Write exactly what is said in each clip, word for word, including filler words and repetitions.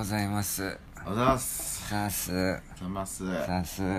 ざいます。 おはようございます。 さす。 おはようございます。 さす。え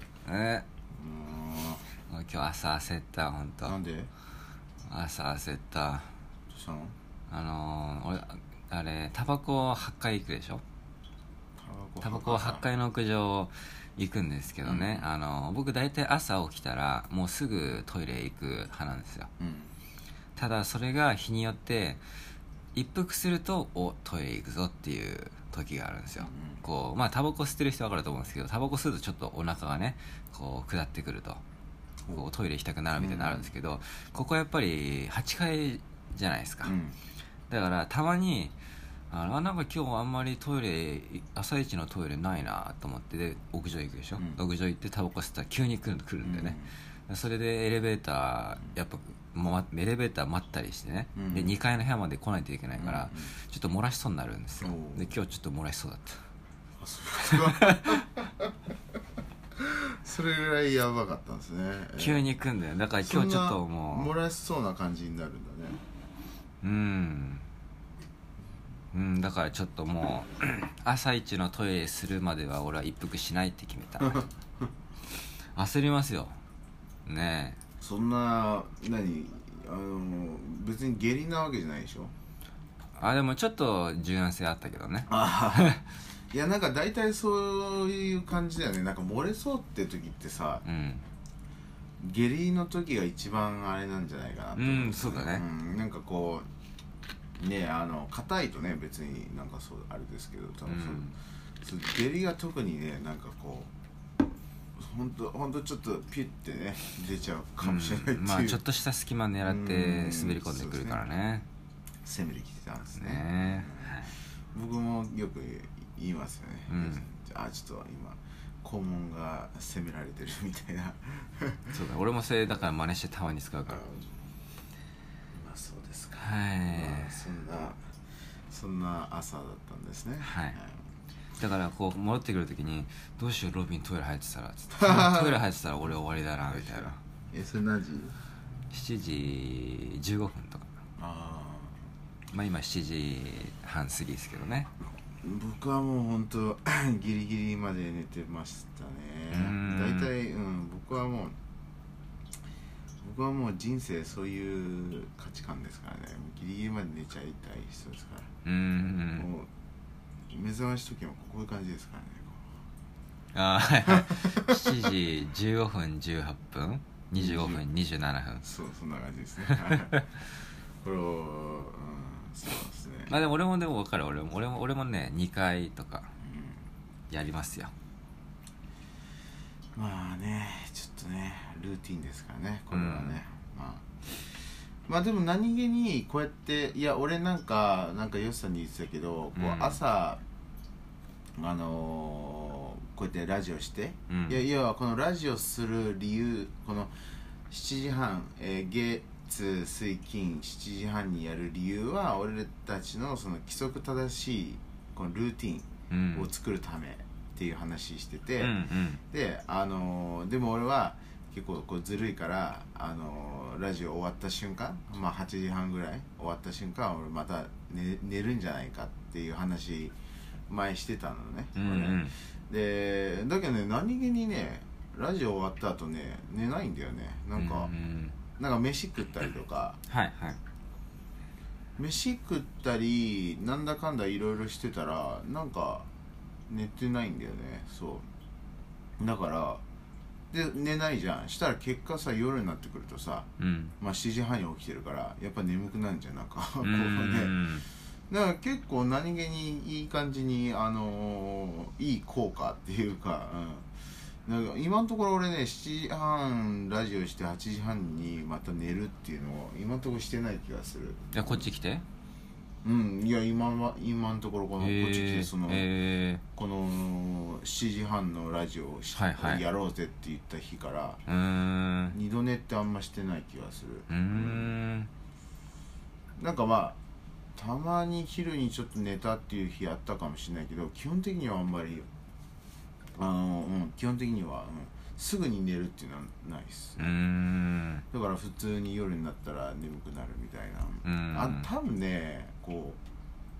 ももう今日朝焦った、ほんと。 うなんで？ 朝焦った。 どうしたの？ あのー、俺、あれ、タバコはちかい行くでしょ？タバコはちかいの屋上行くんですけどね、うん、あの僕大体朝起きたらもうすぐトイレ行く派なんですよ、うん、ただそれが日によって一服するとおトイレ行くぞっていう時があるんですよ、うん、こうまあタバコ吸ってる人は分かると思うんですけど、タバコ吸うとちょっとお腹がねこう下ってくるとこうトイレ行きたくなるみたいになるんですけど、うん、ここやっぱりはちかいじゃないですか、うん、だからたまにあなんか今日あんまりトイレ朝一のトイレないなと思ってで屋上行くでしょ、うん、屋上行ってタバコ吸ったら急に来る来るんだよね、うん、それでエレベーターやっぱもうエレベーター待ったりしてね、うん、でにかいの部屋まで来ないといけないから、うん、ちょっと漏らしそうになるんですよ、で今日ちょっと漏らしそうだった。 あそうそれぐらいやばかったんですね。 急に来るんだよ。だから今日ちょっともう漏らしそうな感じになるんだね。 うんうん、だからちょっともう朝一のトイレするまでは俺は一服しないって決めた焦りますよねえ。 そんな何あの別に下痢なわけじゃないでしょ。 あでもちょっと柔軟性あったけどね。 あいやなんか大体そういう感じだよね。なんか漏れそうって時ってさ、うん、下痢の時が一番あれなんじゃないかなと思う、ね、 うんそうだね、 うん、なんかこうねあの硬いとね別になんかそうあれですけど多分そう、うん、そう下痢が特にねなんかこう本当本当ちょっとピュッてね出ちゃうかもしれないっていう、うん、 まあちょっとした隙間狙って滑り込んでくるからね、 攻めてきてたんですね、 ね、 うん、僕もよく言いますよね、うん、あちょっと今肛門が攻められてるみたいなそうだ俺もそれだから真似してたまに使うから。 そうですか。 はい、 まあ、そんなそんな朝だったんですね。 はい。はい、だからこう戻ってくるときにどうしようロビントイレ入ってたらつってトイレ入ってたら俺終わりだなみたいな。 えそれ何時？ しちじじゅうごふんとか。ああ。まあ今しちじはん過ぎですけどね。 僕はもう本当ギリギリまで寝てましたね。だいたいうん僕はもう。僕はもう人生そういう価値観ですからね。ギリギリまで寝ちゃいたい人ですから。うんうんもう目覚まし時もこういう感じですからね。 ああはいはいしちじじゅうごふんじゅうはっぷんにじゅうごふんにじゅうななふんそうそんな感じですねこれを、うん、そうですね。 まあでも俺もでも分かる俺も俺も俺もねにかいとかやりますよ、 うん、まあねちょっとねルーティンですからねこれはね、うん、まあまあでも何気にこうやっていや俺なんかなんかヨシさんに言ってたけど、うん、こう朝あのー、こうやってラジオして、うん、いやいやこのラジオする理由このしちじはん、えー、月水金しちじはんにやる理由は俺たちのその規則正しいこのルーティンを作るためっていう話してて、うんうん、であのー、でも俺は結構こうずるいから、あのー、ラジオ終わった瞬間、まあ、はちじはんぐらい終わった瞬間俺また 寝, 寝るんじゃないかっていう話前してたのね、うんうん、でだけどね何気にねラジオ終わった後ね寝ないんだよねなんか、うんうん、なんか飯食ったりとかはいはい飯食ったりなんだかんだいろいろしてたらなんか寝てないんだよね。そうだからで寝ないじゃんしたら結果さ夜になってくるとさ、うん、まあしちじはんに起きてるからやっぱ眠くなるんじゃんなんかこうねだから結構何気にいい感じにあのー、いい効果っていうか、うん、なんか今のところ俺ねしちじはんラジオしてはちじはんにまた寝るっていうのを今のところしてない気がする。 いやこっち来てうんいや今は今のところこのこっち来てその、えー、このしちじはんのラジオを、はいはい、やろうぜって言った日からうーん二度寝ってあんましてない気がする。うーんなんかまあたまに昼にちょっと寝たっていう日あったかもしれないけど基本的にはあんまりあの、うん、基本的には、うん、すぐに寝るっていうのはないです。うーんだから普通に夜になったら眠くなるみたいな。うんあ多分ねこう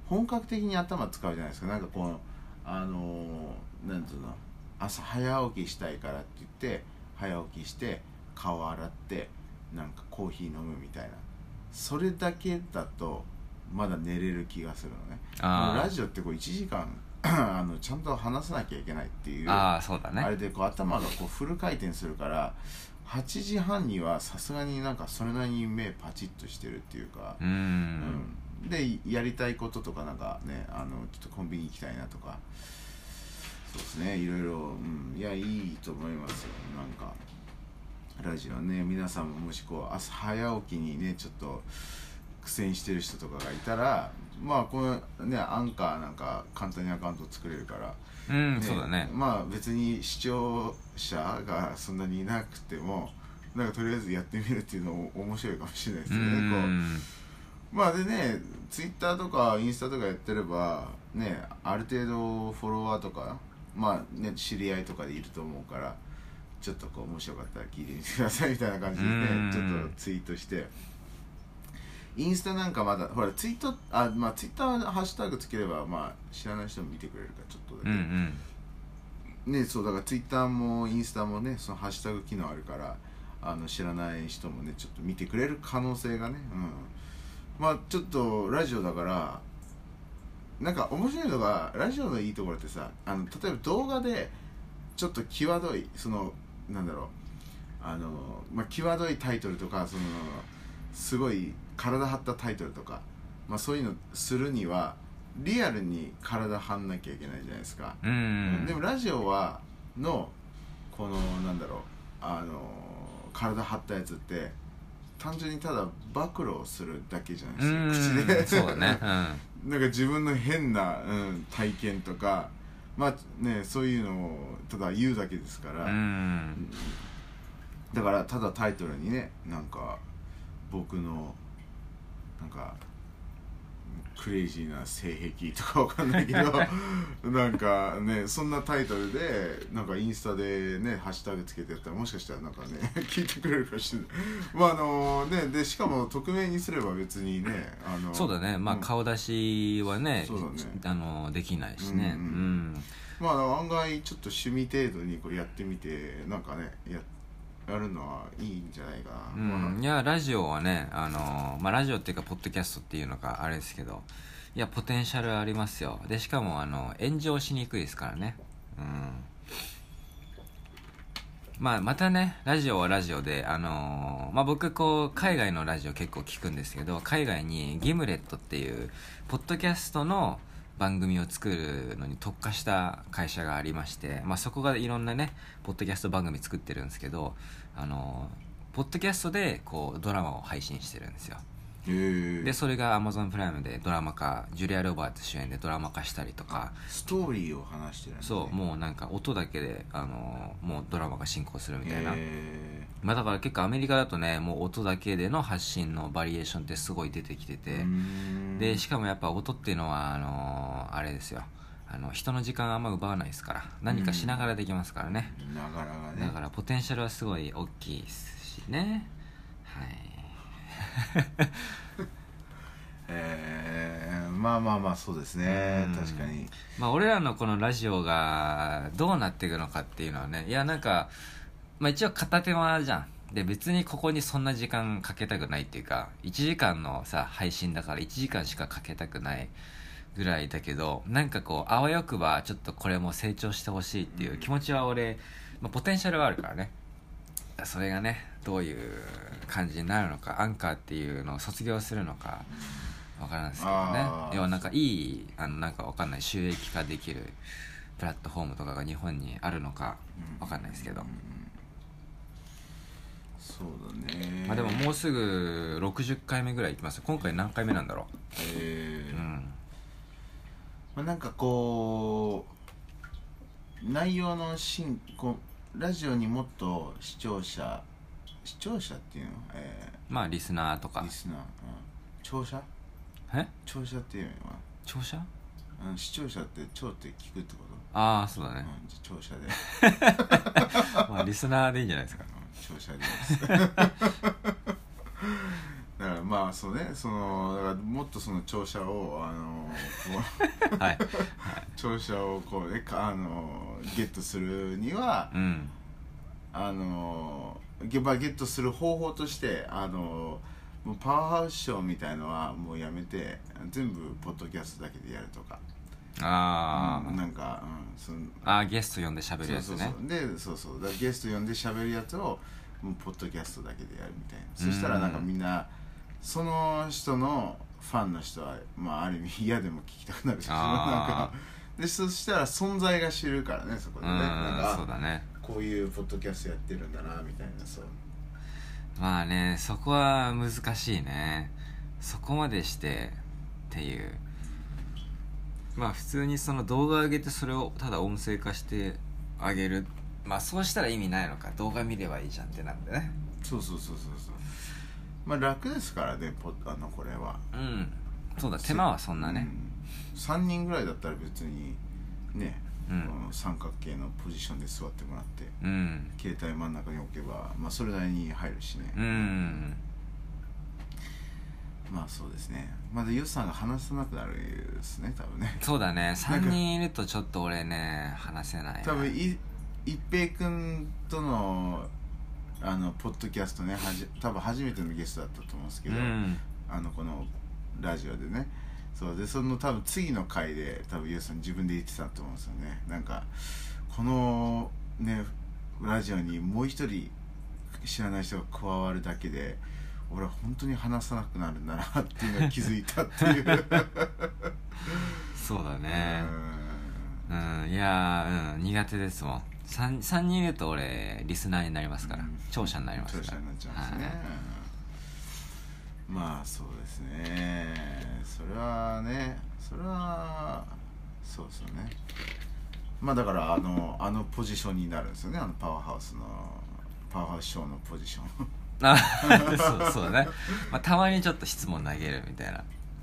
本格的に頭使うじゃないですか。なんかこのあのー、なんつうの、朝早起きしたいからって言って早起きして顔洗ってなんかコーヒー飲むみたいな、それだけだとまだ寝れる気がするのね。あラジオってこういちじかんあのちゃんと話さなきゃいけないっていう、 ああそうだね、 あれでこう頭がこうフル回転するからはちじはんにはさすがになんかそれなりに目パチッとしてるっていうか、 うーん、 うん、でやりたいこととかなんかね、あのちょっとコンビニ行きたいなとか、そうですね、いろいろ、うん、いやいいと思いますよ。なんかラジオね、皆さんももしこう朝早起きにねちょっと苦戦してる人とかがいたら、まあこのねアンカーなんか簡単にアカウント作れるから、 うん、 ね、 そうだね。 まあ別に視聴者がそんなにいなくてもなんかとりあえずやってみるっていうのも面白いかもしれないですよね。こうまあでね、ツイッターとかインスタとかやってればね、ある程度フォロワーとかまあね知り合いとかでいると思うから、ちょっとこう面白かったら聞いてみてくださいみたいな感じでね、ちょっとツイートして、インスタなんかまだほらツイートあまあツイッターハッシュタグつければまあ知らない人も見てくれるからちょっとだけ、うんうん、ね、そうだからツイッターもインスタもねそのハッシュタグ機能あるから、あの知らない人もねちょっと見てくれる可能性がね、うん、まあちょっとラジオだからなんか面白いのが、ラジオのいいところってさ、あの例えば動画でちょっと際どいそのなんだろうあの、まあ、際どいタイトルとかそのすごい体張ったタイトルとか、まあ、そういうのするにはリアルに体張んなきゃいけないじゃないですか。 うん、 でもラジオはのこのなんだろうあの体張ったやつって単純にただ暴露をするだけじゃないですか、口で。 そうだね、 うん、なんか自分の変な、うん、体験とかまあね、そういうのをただ言うだけですから、うん、だからただタイトルにねなんか僕のなんかクレイジーな性癖とかわかんないけどなんかねそんなタイトルでなんかインスタでねハッシュタグつけてやったらもしかしたらなんかね聞いてくれるかもしれない。まああのねでしかも匿名にすれば別にねあのそうだね、まあ、うん、顔出しはね、 そうだねあのできないしね、うんうんうん、 まあ案外ちょっと趣味程度にこうやってみてなんかねややるのはいいんじゃないかな、 うん、いやラジオはねあの、まあ、ラジオっていうかポッドキャストっていうのがあれですけど、いやポテンシャルありますよ。でしかもあの炎上しにくいですからね、うん、まあまたねラジオはラジオであのまあ僕こう海外のラジオ結構聞くんですけど、海外にギムレットっていうポッドキャストの番組を作るのに特化した会社がありまして、まあ、そこがいろんなねポッドキャスト番組作ってるんですけど、あのポッドキャストでこうドラマを配信してるんですよ。でそれが Amazon プライムでドラマ化、ジュリア・ロバーツ主演でドラマ化したりとか、 ストーリーを話してるんですね。 そうもうなんか音だけであのもうドラマが進行するみたいな、まあ、だから結構アメリカだとねもう音だけでの発信のバリエーションってすごい出てきてて、でしかもやっぱ音っていうのはあのあれですよ、あの人の時間あんま奪わないですから、何かしながらできますからね、 ながらがね、 だからポテンシャルはすごい大きいですしね。はいえー、まあまあまあそうですね、確かに。 まあ俺らのこのラジオがどうなっていくのかっていうのはね、いやなんか、まあ、一応片手間じゃん。で別にここにそんな時間かけたくないっていうか、いちじかんのさ配信だからいちじかんしかかけたくないぐらいだけど、なんかこうあわよくばちょっとこれも成長してほしいっていう気持ちは俺、まあ、ポテンシャルはあるからね。それがねどういう感じになるのか、アンカーっていうのを卒業するのかわからんですけどね。要はなんかいいあのなんかわかんない収益化できるプラットフォームとかが日本にあるのかわかんないですけど、うんうん、 そうだね。 まあでももうすぐろくじゅっかいめぐらいいきますよ。今回何回目なんだろう。 えー、うん、まあ、なんかこう内容の進こうラジオにもっと視聴者視聴者っていうの、えー、 まあリスナーとかリスナー、うん、聴者え聴者っていうのは聴者、 うん、視聴者って聴って聞くってこと。 ああそうだね、 うん、じゃ聴者でまあリスナーでいいんじゃないですか、 うん、聴者ですだからまあそうね、そのだからもっとその聴者をあのこうはい、はい、 聴者をこうねあのゲットするには、 うん、 あのゲバゲットする方法としてあのもうパワーハウスショーみたいのはもうやめて全部ポッドキャストだけでやるとか。 ああ、 うん、なんか、うん、そのあーゲスト呼んで喋るやつね。 そうそうそうでそうそうだゲスト呼んで喋るやつをもうポッドキャストだけでやるみたいな。そしたらなんかみんなその人のファンの人は、まあ、ある意味嫌でも聞きたくなるし、なんかでそしたら存在が知るからね、そこでね、なんかそうだね、 こういうポッドキャストやってるんだなみたいな。そうまあね、そこは難しいね。そこまでしてっていう、まあ普通にその動画上げてそれをただ音声化してあげる、まあそうしたら意味ないのか、動画見ればいいじゃんってなんでね。 そうそうそうそうそう、まあ楽ですからね、ポあのこれは。 うん、そうだ、手間はそんなね、 うん、さんにんぐらいだったら別にね、 うん、 この三角形のポジションで座ってもらって、 うん、 携帯真ん中に置けば、まあ、それなりに入るしね。 うん、 まあそうですね。まだユウさんが話さなくなるですね、多分ね。 そうだね、さんにんいるとちょっと俺ね話せない。 多分い一平君とのあのポッドキャストね、はじ多分初めてのゲストだったと思うんですけど、 うん、 あのこのラジオでね、そうでその多分次の回で多分ユウさん自分で言ってたと思うんですよね。なんかこのねラジオにもう一人知らない人が加わるだけで俺は本当に話さなくなるんだなっていうのを気づいたっていうそうだね、うん、うん、いや、うん、苦手ですもん。 3, 3人いると俺リスナーになりますから、うん、聴者になりますから、 聴者になっちゃうんですね、はい、まあそうですね、それはねそれはそうですよね。まあだからあのあのポジションになるんですよね、あのパワーハウスのパワーハウスショーのポジションあそうそうだね、まあ、たまにちょっと質問投げるみたいな。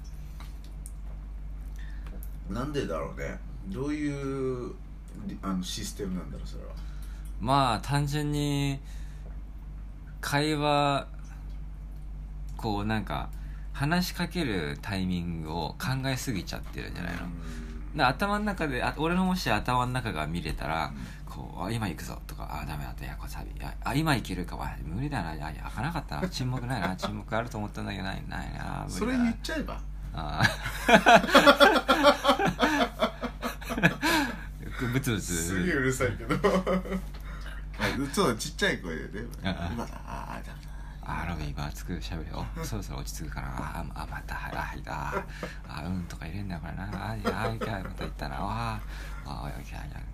なんでだろうね、どういうあのシステムなんだろうそれは。 まあ単純に会話こうなんか話しかけるタイミングを考えすぎちゃってるんじゃないの。だ頭の中であ俺のもし頭の中が見れたら、うん、こうあ今行くぞとかあダメだったいやこれサビあ今行けるかは無理だな、いや開かなかったな、沈黙ないな沈黙あると思ったんだけどないないな、無理だな、 それ言っちゃえばあブツブツすげえうるさいけどそうちっちゃい声でね今だああダメだあロビー今熱くしゃべるよそろそろ落ち着くかなああまたはいはいああうんとか入れんだよこれなあいやあいかまた言ったなああいやいや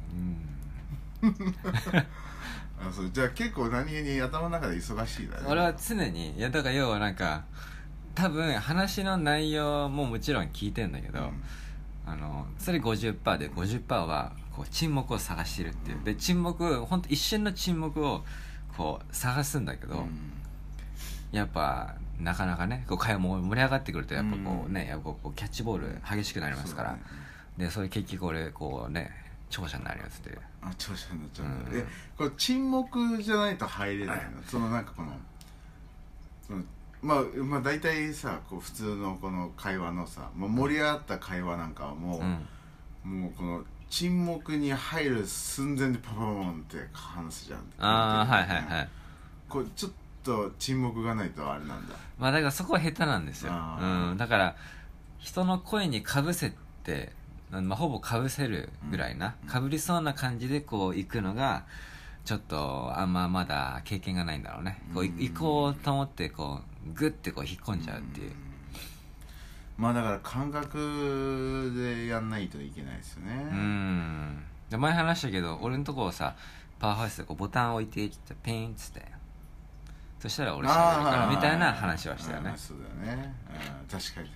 うんあそうじゃあ結構何気に頭の中で忙しいだね。 俺は常にいやだから要はなんか多分話の内容ももちろん聞いてんだけど、うん、あのそれ ごじゅっパーセント で ごじゅっパーセント はこう沈黙を探してるっていうで沈黙ほんと一瞬の沈黙をこう探すんだけど、うん、やっぱなかなかねこう会話も盛り上がってくるとやっぱこうね、うん、やっぱこうキャッチボール激しくなりますから、ね、でそれ結局俺こうね聴者になるやつであ聴者になっちゃう、うん、えこれ沈黙じゃないと入れないのそのなんかこのそのまあまあ大体さこう普通のこの会話のさ、まあ、盛り上がった会話なんかはもう、うん、もうこの沈黙に入る寸前でパパパンって話すじゃん。 ああはいはいはいこうちょっと沈黙がないとあれなんだ。 まあだからそこは下手なんですよ、うん、だから人の声にかぶせて、まあ、ほぼかぶせるぐらいな、うん、かぶりそうな感じでこう行くのがちょっとあんままだ経験がないんだろうね、うん、こう行こうと思ってこうグッてこう引っ込んじゃうっていう、うん、 まあだから感覚でやんないといけないですよね。 うんで前話したけど俺のところさパワーハウスでこうボタン置いてってピンっつってそしたら俺しゃべるからみたいな話はしたよね。 そうだよね、うん、確かに確かに。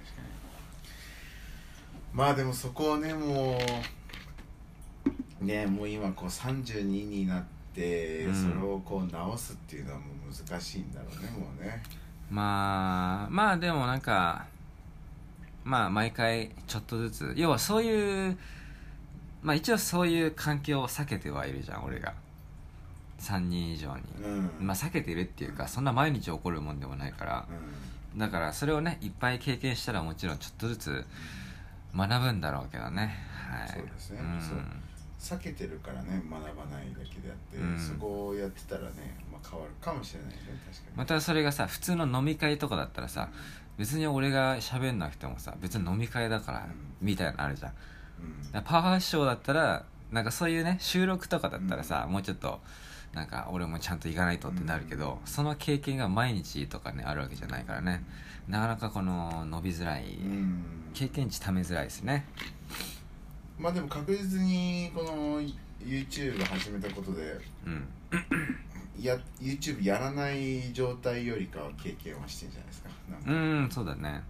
まあでもそこをねもうねもう今こうさんじゅうにになって、うん、それをこう直すっていうのはもう難しいんだろうねもうね。 まあまあでもなんかまあ毎回ちょっとずつ要はそういうまあ一応そういう環境を避けてはいるじゃん俺がさんにん以上に、うん、まあ避けてるっていうかそんな毎日起こるもんでもないから、 だからそれをねいっぱい経験したらもちろんちょっとずつ学ぶんだろうけどね、はい、 そうですね、 うん、 そう避けてるからね学ばないだけであって、 うん、 そこをやってたらね、まあ、変わるかもしれないね。確かにまたそれがさ普通の飲み会とかだったらさ、別に俺が喋んなくてもさ別に飲み会だから、うん、みたいなのあるじゃん、うん、パワーショーだったらなんかそういうね収録とかだったらさ、うん、もうちょっとなんか俺もちゃんと行かないとってなるけど、うん、その経験が毎日とかねあるわけじゃないからね、なかなかこの伸びづらい、うん、経験値ためづらいですね。 まあでも確実にこの YouTube 始めたことで、うん、や YouTube やらない状態よりかは経験はしてるんじゃないですか。なんかうんそうだね、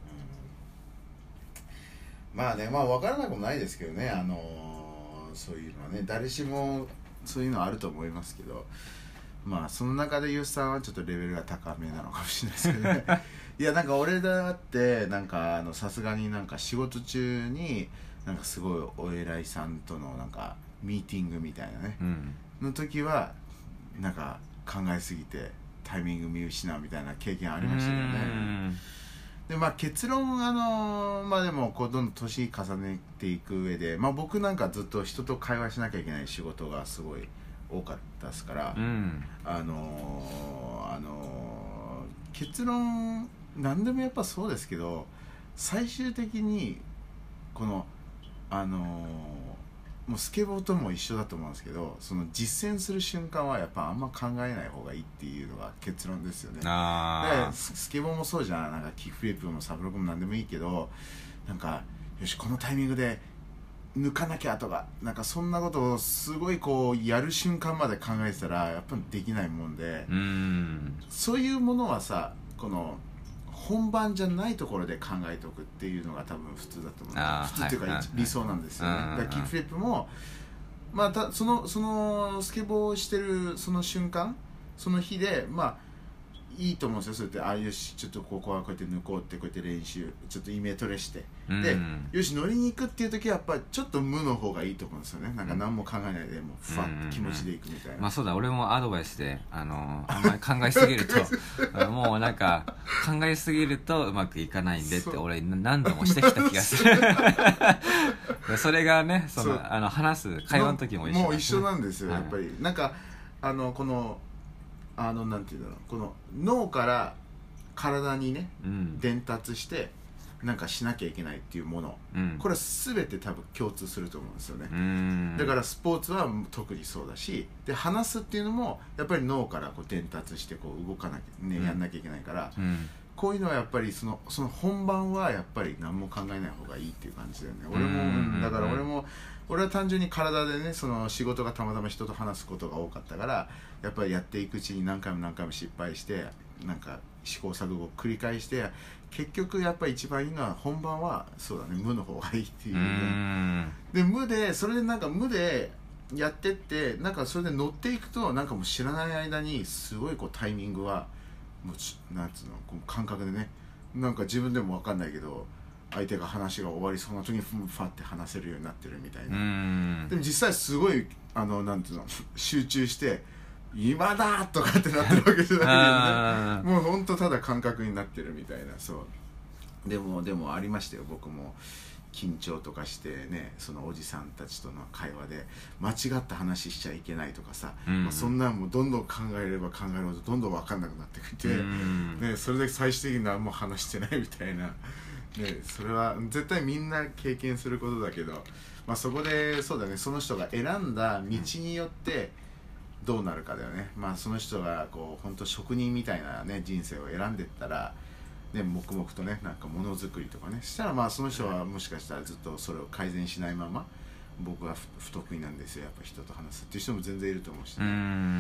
うん、まあねまあ分からなくもないですけどね、あのー、そういうのはね誰しもそういうのはあると思いますけど、まあその中でユースさんはちょっとレベルが高めなのかもしれないですけどねいやなんか俺だってなんかあのさすがになんか仕事中になんかすごいお偉いさんとのなんかミーティングみたいなね、うん、の時はなんか考えすぎてタイミング見失うみたいな経験ありましたよね。でまあ結論あのー、まあでもこうどんどん年重ねていく上で、まあ僕なんかずっと人と会話しなきゃいけない仕事がすごい多かったですから、うん、あのー、あのー、結論何でもやっぱそうですけど最終的にこのあのー、もうスケボーとも一緒だと思うんですけど、その実践する瞬間はやっぱあんま考えない方がいいっていうのが結論ですよね。あでスケボーもそうじゃん、なんかキックフリップもサブロックも何でもいいけど、なんかよしこのタイミングで抜かなきゃとかなんかそんなことをすごいこうやる瞬間まで考えてたらやっぱできないもんで、うーんそういうものはさこの本番じゃないところで考えておくっていうのが多分普通だと思う。普通っていうか、はい、理想なんですよね。だからキックフリップも、まあ、たそのそのスケボーをしてるその瞬間その日でまあいいと思うんですよ。そうやってあよしちょっとここはこうやって抜こうってこうやって練習ちょっとイメトレして、うん、でよし乗りに行くっていう時はやっぱりちょっと無の方がいいと思うんですよね。なんか何も考えないでもうファッと気持ちでいくみたいな、 まあそうだ俺もアドバイスであのあんまり考えすぎるともうなんか考えすぎるとうまくいかないんでって俺何度もしてきた気がするそれがねそのあの話す会話の時も一緒もう一緒なんですよ、はい、やっぱりなんかあのこのあのなんていうんだろうこの脳から体にね、うん、伝達してなんかしなきゃいけないっていうもの、うん、これは全て多分共通すると思うんですよね。うんだからスポーツは特にそうだしで話すっていうのもやっぱり脳からこう伝達してこう動かなきゃ、ねうん、やんなきゃいけないから、うん、こういうのはやっぱりその、その本番はやっぱり何も考えない方がいいっていう感じだよね。俺もだから俺も俺は単純に体でねその仕事がたまたま人と話すことが多かったからやっぱりやっていくうちに何回も何回も失敗してなんか試行錯誤を繰り返して結局やっぱり一番いいのは本番はそうだね無の方がいいっていうね。で無でそれでなんか無でやってってなんかそれで乗っていくとなんかもう知らない間にすごいこうタイミングはもうなんつうのこう感覚でねなんか自分でも分かんないけど相手が話が終わりそうな時にファって話せるようになってるみたいな。でも実際すごいあのなんていうの集中して今だとかってなってるわけじゃないけどねもうほんとただ感覚になってるみたいな。そうでもでもありましたよ僕も緊張とかしてねそのおじさんたちとの会話で間違った話しちゃいけないとかさ、うんまあ、そんなんもうどんどん考えれば考えるほどどんどん分かんなくなってきて、うんね、それで最終的に何も話してないみたいなね、それは絶対みんな経験することだけど、まあ、そこでそうだねその人が選んだ道によってどうなるかだよね。まあその人がこう本当職人みたいなね人生を選んでったらね黙々とねなんかものづくりとかねしたらまあその人はもしかしたらずっとそれを改善しないまま僕は不得意なんですよやっぱ人と話すっていう人も全然いると思うしね。うーん、うん、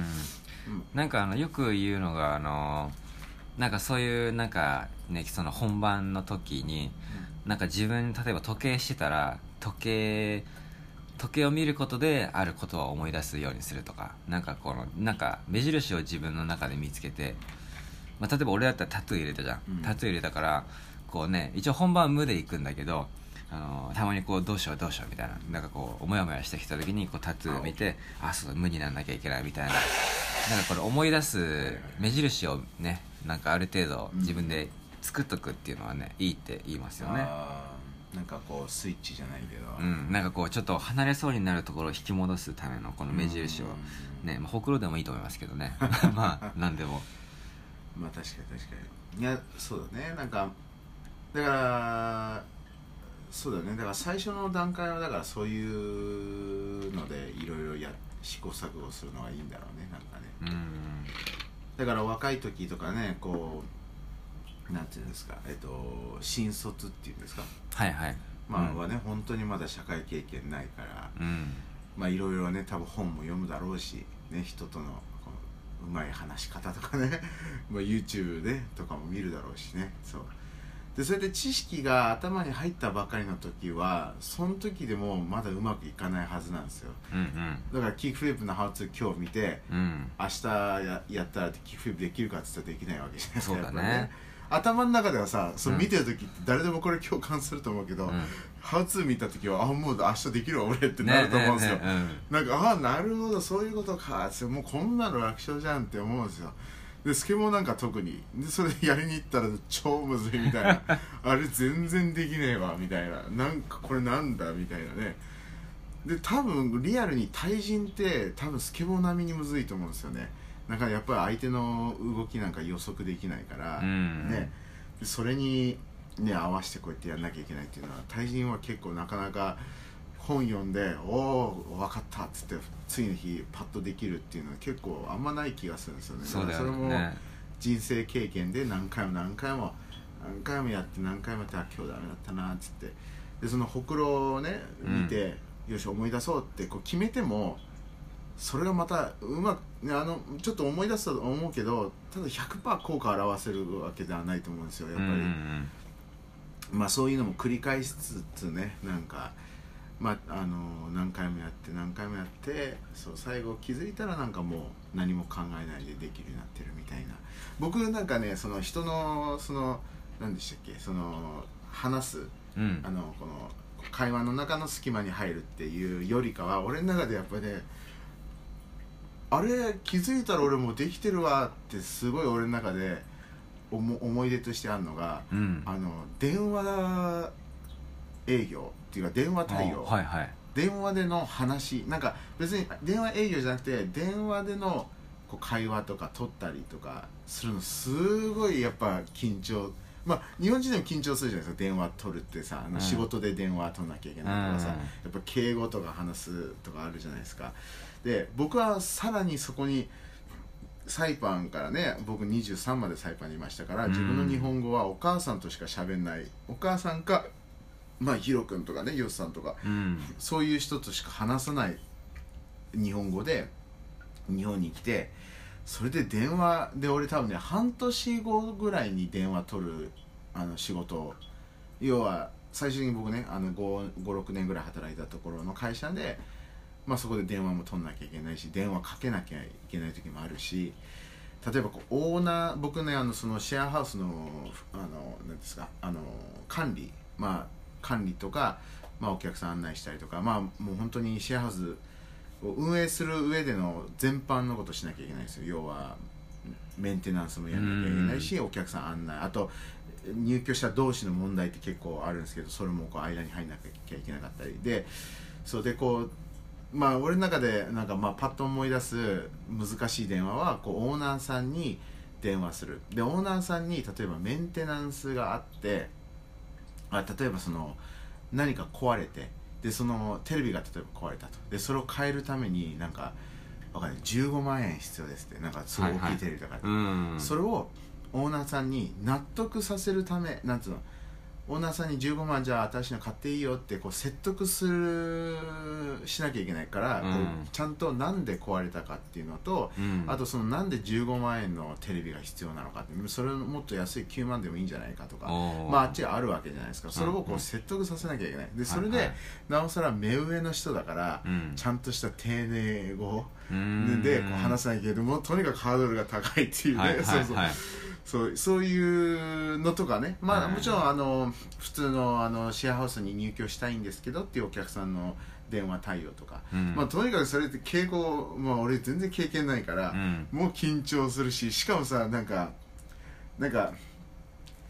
なんかあのよく言うのがあのなんかそういうなんかねその本番の時に、うん、なんか自分例えば時計してたら時計時計を見ることであることを思い出すようにするとかなんかこのなんか目印を自分の中で見つけて、まあ、例えば俺だったらタトゥー入れたじゃん、うん、タトゥー入れたからこうね一応本番は無で行くんだけどあのたまにこうどうしようどうしようみたいななんかこうモヤモヤしてきた時にこうタトゥーを見てあそう無になんなきゃいけないみたいななんかこれ思い出す目印をねなんかある程度自分で作っとくっていうのはねいいって言いますよね。 あなんかこうスイッチじゃないけど、 うん、なんかこうちょっと離れそうになるところを引き戻すためのこの目印をね、まあ、ほくろでもいいと思いますけどねまあ何でもまあ確かに確かにいやそうだねなんかだからそうだねだから最初の段階はだからそういうのでいろいろや試行錯誤するのがいいんだろうねなんかね、 うん、 だから若い時とかねこうなんていうんですかえっと新卒っていうんですかはいはいまあはね、うん、本当にまだ社会経験ないから、 うん、 まあいろいろね多分本も読むだろうしね人とのこのうまい話し方とかねまあ YouTube ねとかも見るだろうしねそうでそれで知識が頭に入ったばかりの時はその時でもまだうまくいかないはずなんですよ、 うんうん、 だからキックフリップのハウツー今日見て、 うん、 明日 や, やったらキックフリップできるかって言ったらできないわけじゃないですか。 そうだね、 ね頭の中ではさその見てる時って誰でもこれ共感すると思うけど、うん、ハウツー見た時はあもう明日できるわ俺ってなると思うんですよ、ねねねうん、なんかあなるほどそういうことかってもうこんなの楽勝じゃんって思うんですよ。でスケボーなんか特にでそれやりに行ったら超むずいみたいなあれ全然できねえわみたいななんかこれなんだみたいなねで多分リアルに対人って多分スケボー並みにむずいと思うんですよね。なんかやっぱり相手の動きなんか予測できないから、うん、ねでそれにね合わせてこうやってやんなきゃいけないっていうのは対人は結構なかなか本読んでおお分かったっつって次の日パッとできるっていうのは結構あんまない気がするんですよね。 そうだよね。 それも人生経験で何回も何回も何回もやって何回もやってあ今日ダメだったなっつってでそのほくろをね見て、うん、よし思い出そうってこう決めてもそれがまたうまくあのちょっと思い出すと思うけどただ ひゃくパーセント 効果を表せるわけではないと思うんですよやっぱり、うんうんうん、まあそういうのも繰り返しつつねなんかまあ、あの何回もやって何回もやってそう最後気づいたらなんかもう何も考えないでできるようになってるみたいな僕なんかねその人のその何でしたっけその話す、うん、あのこの会話の中の隙間に入るっていうよりかは俺の中でやっぱりねあれ気づいたら俺もうできてるわってすごい俺の中で思い出としてあるのが、うん、あの電話営業っていうか電話対応、 はいはい、 電話での話なんか別に電話営業じゃなくて電話でのこう会話とか取ったりとかするのすごいやっぱ緊張まあ日本人でも緊張するじゃないですか電話取るってさあの仕事で電話取んなきゃいけないとかさ、うん、やっぱ敬語とか話すとかあるじゃないですか。で僕はさらにそこにサイパンからね僕にじゅうさんまでサイパンにいましたから自分の日本語はお母さんとしか喋んないお母さんかまあヒロ君とかねヨスさんとか、うん、そういう人としか話さない日本語で日本に来てそれで電話で俺多分ね半年後ぐらいに電話取るあの仕事を要は最終的に僕ねあのごろくねんぐらい働いたところの会社で、まあ、そこで電話も取んなきゃいけないし電話かけなきゃいけない時もあるし例えばこうオーナー僕ねあのそのシェアハウスのあの何ですかあの管理まあ管理とか、まあ、お客さん案内したりとか、まあ、もう本当にシェアハウスを運営する上での全般のことをしなきゃいけないんですよ。要はメンテナンスもやらなきゃいけないしお客さん案内あと入居者同士の問題って結構あるんですけどそれもこう間に入んなきゃいけなかったりでそうでこうまあ俺の中でなんかまあパッと思い出す難しい電話はこうオーナーさんに電話するでオーナーさんに例えばメンテナンスがあってあ例えばその何か壊れてでそのテレビが例えば壊れたとでそれを変えるためになんかわかんないじゅうごまんえん必要ですってなんかすごい大きいテレビとか、はいはい、それをオーナーさんに納得させるためなんつうのオーナーさんにじゅうごまんじゃあ私の買っていいよってこう説得するしなきゃいけないから、うん、こうちゃんとなんで壊れたかっていうのと、うん、あとそのなんでじゅうごまんえんのテレビが必要なのかってそれもっと安いきゅうまんでもいいんじゃないかとかまああっちはあるわけじゃないですか。それをこう説得させなきゃいけないでそれで、はいはい、なおさら目上の人だから、うん、ちゃんとした丁寧語でこう話さなきゃいけないけどもとにかくハードルが高いっていうね、はいはいはい、そうそうそうそういうのとかね、まあ、もちろんあの普通 の, あのシェアハウスに入居したいんですけどっていうお客さんの電話対応とか、うんまあ、とにかくそれって敬語、まあ、俺全然経験ないから、うん、もう緊張するししかもさなんかなんか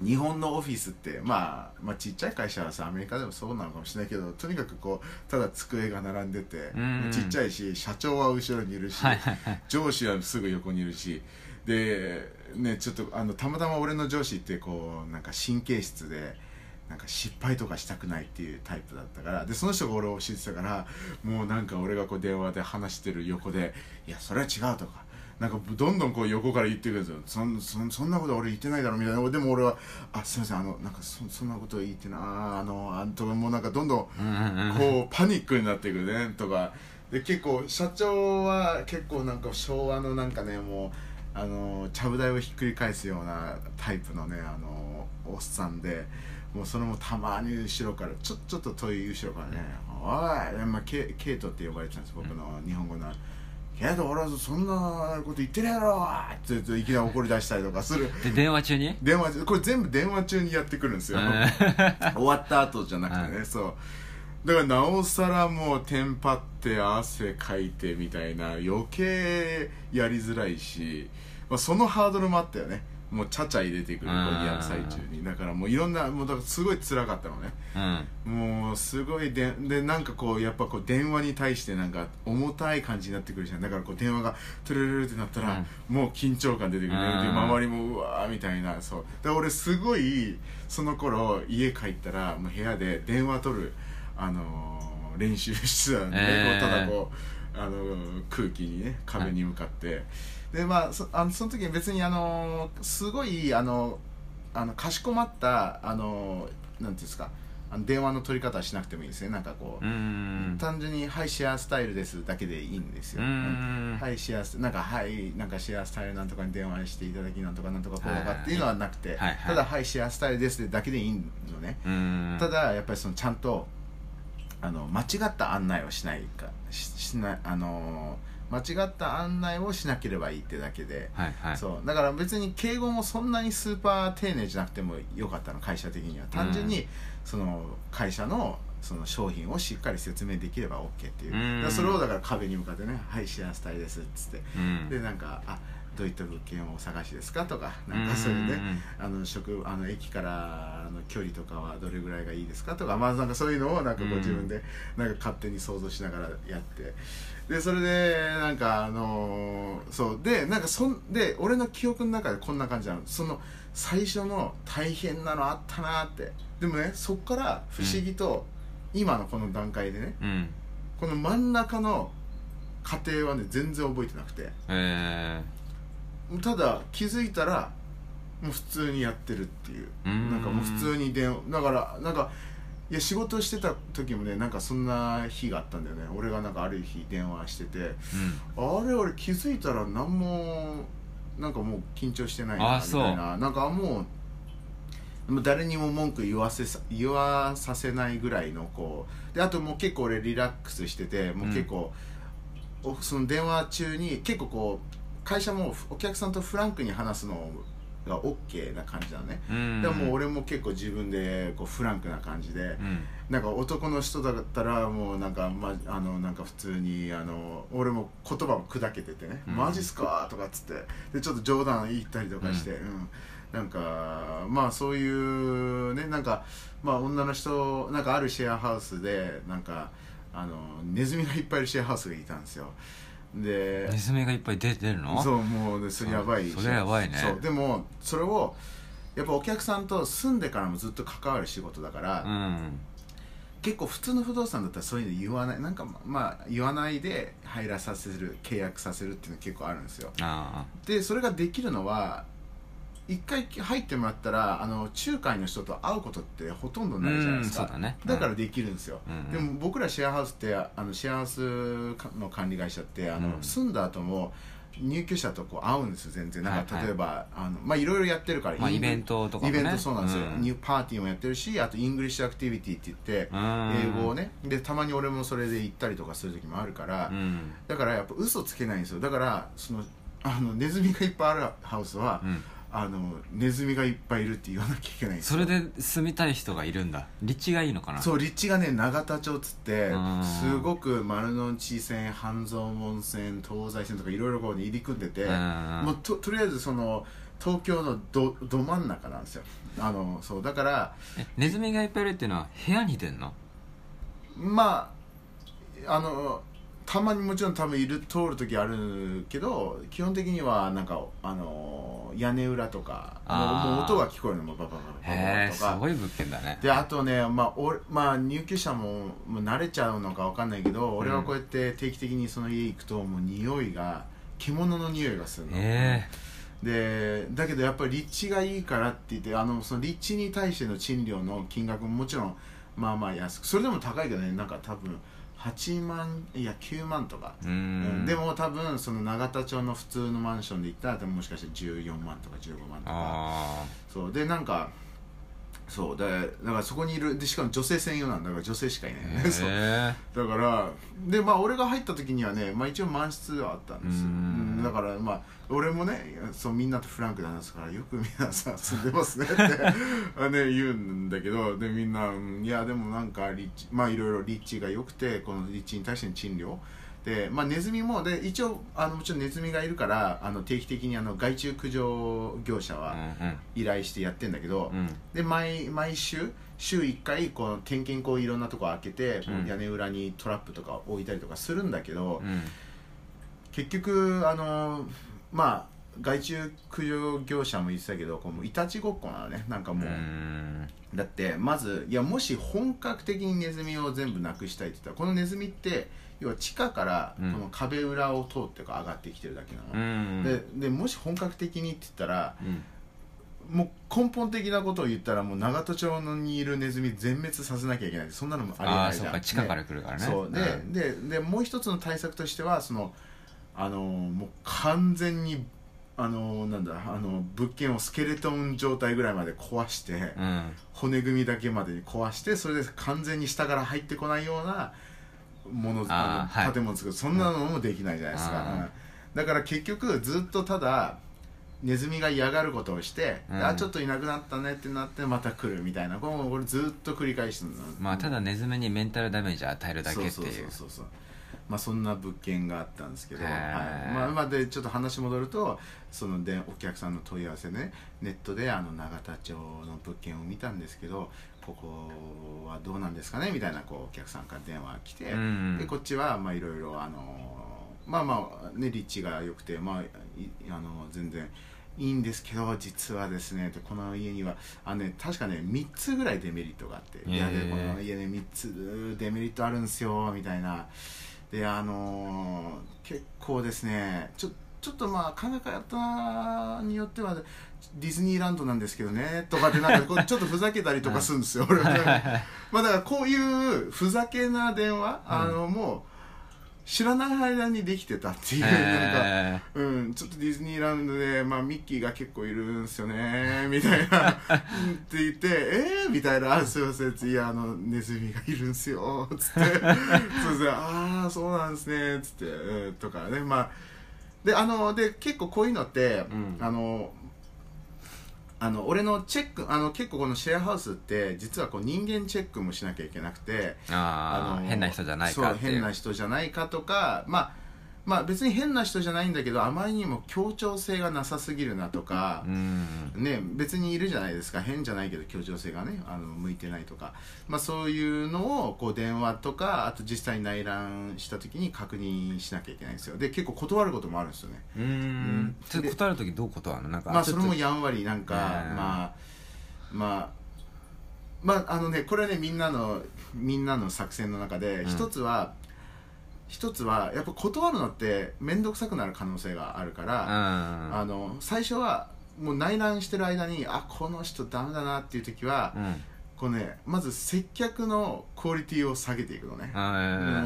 日本のオフィスってまあ、まあちっちゃい会社はさアメリカでもそうなのかもしれないけど、とにかくこうただ机が並んでて、 うんちっちゃいし、社長は後ろにいるし、 はいはいはい、 上司はすぐ横にいるしでね、ちょっとあのたまたま俺の上司ってこうなんか神経質でなんか失敗とかしたくないっていうタイプだったから、でその人が俺を教えてたから、もうなんか俺がこう電話で話してる横でいやそれは違うとかなんかどんどんこう横から言ってくるんですよ。そん、そん、そんなこと俺言ってないだろみたいな。でも俺はあすいませんあのなんか そ, そんなこと言ってなああのあんともうなんかどんどんこうパニックになっていくねとかで、結構社長は結構なんか昭和のなんかねもうあのちゃぶ台をひっくり返すようなタイプのねあのおっさんで、もうそれもたまに後ろからちょちょっと遠い後ろからね「おい、まあ、ケ, ケイトって呼ばれてたんです僕の日本語の。ケイト俺はそんなこと言ってるやろ!」っていきなり怒り出したりとかする。 で電話中に電話これ全部電話中にやってくるんですよ終わった後じゃなくてね、そうだからなおさらもうテンパって汗かいてみたいな余計やりづらいし、まあ、そのハードルもあったよね。もうちゃちゃ入れてくるこれやる最中に、だからもういろんなもうだからすごい辛かったのね、うん、もうすごいででなんかこうやっぱこう電話に対してなんか重たい感じになってくるじゃん。だからこう電話がトゥルルルってなったら、うん、もう緊張感出てくるね、で周りもうわーみたいな。そうで俺すごいその頃家帰ったらもう部屋で電話取るあのー、練習してたんで、えー、こうただこうあのー、空気にね壁に向かって、はいでまあ、そ, あのその時に別にあのすごいあのあのかしこまったあのなんていうんですかあの電話の取り方はしなくてもいいですね。なんかこう、う単純に「はいシェアスタイルです」だけでいいんですよ。はいシェアスなんかはいなんかシェアスタイルなんとかに電話していただきなんとかなんとかこうとかっていうのはなくて、はいはい、ただ「はいシェアスタイルです」だけでいいのね。ただやっぱりそのちゃんとあの間違った案内をしないか し, しないあの間違った案内をしなければいいってだけで、はいはい、そうだから別に敬語もそんなにスーパー丁寧じゃなくてもよかったの会社的には。単純にその会社のその商品をしっかり説明できれば OK っていう、うん、それをだから壁に向かってね「はいシェアスタイルです」っつって、うん、でなんか「あどういった物件をお探しですか?」とかなんかそういうね、うん、あの職あの駅からの距離とかはどれぐらいがいいですかとか、まあなんかそういうのをなんかこう自分でなんか勝手に想像しながらやって。でそれでなんかあのー、そうでなんかそんで俺の記憶の中でこんな感じなの。その最初の大変なのあったなって。でもねそっから不思議と、うん、今のこの段階でね、うん、この真ん中の過程はね全然覚えてなくて、えー、ただ気づいたらもう普通にやってるっていう、なんかもう普通に電話だからなんかいや仕事してた時もねなんかそんな日があったんだよね。俺がなんかある日電話してて、うん、あれ俺気づいたら何もなんかもう緊張してないなみたいな、なんかもう誰にも文句言わせさ言わさせないぐらいのこうで、あともう結構俺リラックスしててもう結構、うん、その電話中に結構こう会社もお客さんとフランクに話すのが OK な感じだね、うんうん、でも俺も結構自分でこうフランクな感じで、うん、なんか男の人だったらもうなんか、ま、あのなんか普通にあの俺も言葉も砕けててね、うん、マジっすかとかっつってでちょっと冗談言ったりとかして、うんうん、なんかまあそういうねなんかまあ女の人なんかあるシェアハウスでなんかあのネズミがいっぱいいるシェアハウスがいたんですよ。でネズミがいっぱい出てるの？ そうもうそれやばい。 それやばいね。 そうでもそれをやっぱお客さんと住んでからもずっと関わる仕事だから、うん、結構普通の不動産だったらそういうの言わないなんかまあ言わないで入らさせる契約させるっていうの結構あるんですよ。あでそれができるのは一回入ってもらったらあの仲介の人と会うことってほとんどないじゃないですか。 だ, ね、だからできるんですよ、うん、でも僕らシェアハウスってあのシェアハウスの管理会社ってあの、うん、住んだ後も入居者とこう会うんですよ全然。なんか例えば、はいはい、あのまあいろいろやってるから、 まあ、イベントとかもねイベントそうなんですよ、うん、ニューパーティーもやってるしあとイングリッシュアクティビティって言って英語をねでたまに俺もそれで行ったりとかする時もあるから、うん、だからやっぱ嘘つけないんですよ。だからそのあのネズミがいっぱいあるハウスは、うんあのネズミがいっぱいいるって言わなきゃいけないんですよ。 それで住みたい人がいるんだ。立地がいいのかな。 そう立地がね永田町っつってすごく丸の内線半蔵門線東西線とかいろいろこう、ね、入り組んでてもう と, とりあえずその東京の ど, ど真ん中なんですよ。あのそうだからえネズミがいっぱいいるっていうのは部屋に出んの？ まああのたまにもちろん多分いる通る時あるけど、基本的にはなんかあの屋根裏とかもうもう音が聞こえるのもババババババとか。 へえ、すごい物件だね。 であとね、まあ俺まあ、入居者ももう慣れちゃうのかわかんないけど、うん、俺はこうやって定期的にその家行くともう匂いが獣の匂いがするの。 へでだけどやっぱり立地がいいからって言って、あのその立地に対しての賃料の金額ももちろんまあまあ安く、それでも高いけどね、なんか多分はちまんいやきゅうまんとか、 うん、 でも多分その永田町の普通のマンションで行ったら多分もしかしてじゅうよんまんとかじゅうごまんとか、 あそうでなんかそうでだからそこにいるで、しかも女性専用なんだから女性しかいないねそうだからでまあ俺が入った時にはね、まあ、一応満室はあったんですよ。うんだからまあ俺もねそうみんなとフランクで話すから、よく皆さん住んでますねってね言うんだけど、でみんな、うん、いやでもなんか立地まあいろいろ立地が良くて、この立地に対しての賃料で、まあ、ネズミもで一応あのもちろんネズミがいるからあの定期的にあの害虫駆除業者は依頼してやってんだけど、 うんうん、 で 毎, 毎週週いっかいこの点検口いろんなとこ開けて、うん、屋根裏にトラップとか置いたりとかするんだけど、 うん、 結局あのまあ害虫駆除業者も言ってたけど、こうもういたちごっこなのね。なんかもう、うだってまずいやもし本格的にネズミを全部なくしたいって言ったら、このネズミって要は地下からこの壁裏を通ってか上がってきてるだけなの、うん、で, でもし本格的にって言ったら、うん、もう根本的なことを言ったらもう永戸町にいるネズミ全滅させなきゃいけない、そんなのもありえないじゃん。 あ、そうか、地下から来るからね。 そうで、 うん、 で, でもう一つの対策としてはそのあのもう完全にあのなんだあの物件をスケレトン状態ぐらいまで壊して、うん、骨組みだけまでに壊して、それで完全に下から入ってこないようなものあの、はい、建物作る、そんなのもできないじゃないですか、うん、だから結局ずっとただネズミが嫌がることをして、うん、あちょっといなくなったねってなってまた来るみたいな、これこれずっと繰り返してるの。 まあただネズミにメンタルダメージ与えるだけっていう、そうそうそうそう、 まあ、そんな物件があったんですけど、はい、まあ、まあでちょっと話戻ると、そのでお客さんの問い合わせね、ネットであの永田町の物件を見たんですけど、ここはどうなんですかねみたいなこうお客さんから電話来て、うん、でこっちはまあいろいろあのまあまあね立地が良くて、まあ、あの全然いいんですけど、実はですねこの家にはあの、ね、確かねみっつぐらいデメリットがあって、えー、いやでこの家ねみっつデメリットあるんですよみたいな。であのー、結構ですねちょちょっとまあ考え方によってはディズニーランドなんですけどねとかってなんかこうちょっとふざけたりとかするんですよ俺はまあだからこういうふざけな電話、うん、あのもう知らない間にできてたっていう、なんか、うん、ちょっとディズニーランドで、まあ、ミッキーが結構いるんですよねみたいなって言ってえーみたいな、あすいませんいやあのネズミがいるんすよつってそうですね、ああそうなんですねつって、うん、とかね、まあであので結構こういうのって、うん、あのあの俺のチェックあの結構このシェアハウスって実はこう人間チェックもしなきゃいけなくて、 ああ変な人じゃないかっていう、 そう変な人じゃないかとか、まあまあ別に変な人じゃないんだけどあまりにも協調性がなさすぎるなとか、うんね、別にいるじゃないですか、変じゃないけど協調性がねあの向いてないとか、まあ、そういうのをこう電話とかあと実際に内覧した時に確認しなきゃいけないんですよ。で結構断ることもあるんですよね。 うーんそれ断る時どう断るの？なんかまあそれもやんわりなんかまあまあまああのねこれねみんなのみんなの作戦の中で一つは、うん一つはやっぱ断るのって面倒くさくなる可能性があるから、うん、あの最初はもう内覧してる間にあこの人ダメだなっていう時は、うん、こうね、まず接客のクオリティを下げていくのね、うん、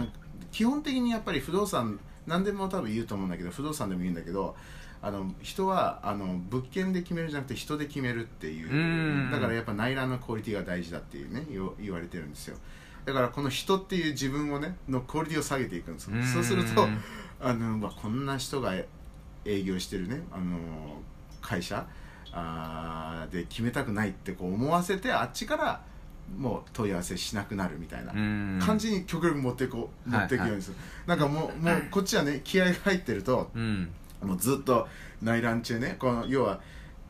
基本的にやっぱり不動産何でも多分言うと思うんだけど不動産でも言うんだけどあの人はあの物件で決めるじゃなくて人で決めるっていう、うん、だからやっぱ内覧のクオリティが大事だっていうね言われてるんですよ。だからこの人っていう自分をねのクオリティを下げていくんですよ。そうするとあの、まあ、こんな人が営業してるねあの会社あで決めたくないってこう思わせてあっちからもう問い合わせしなくなるみたいな感じに極力持っていこう持っていくようにする、はいはい、なんかもう、もうこっちはね気合が入ってると、うん、もうずっと内覧中ねこの要は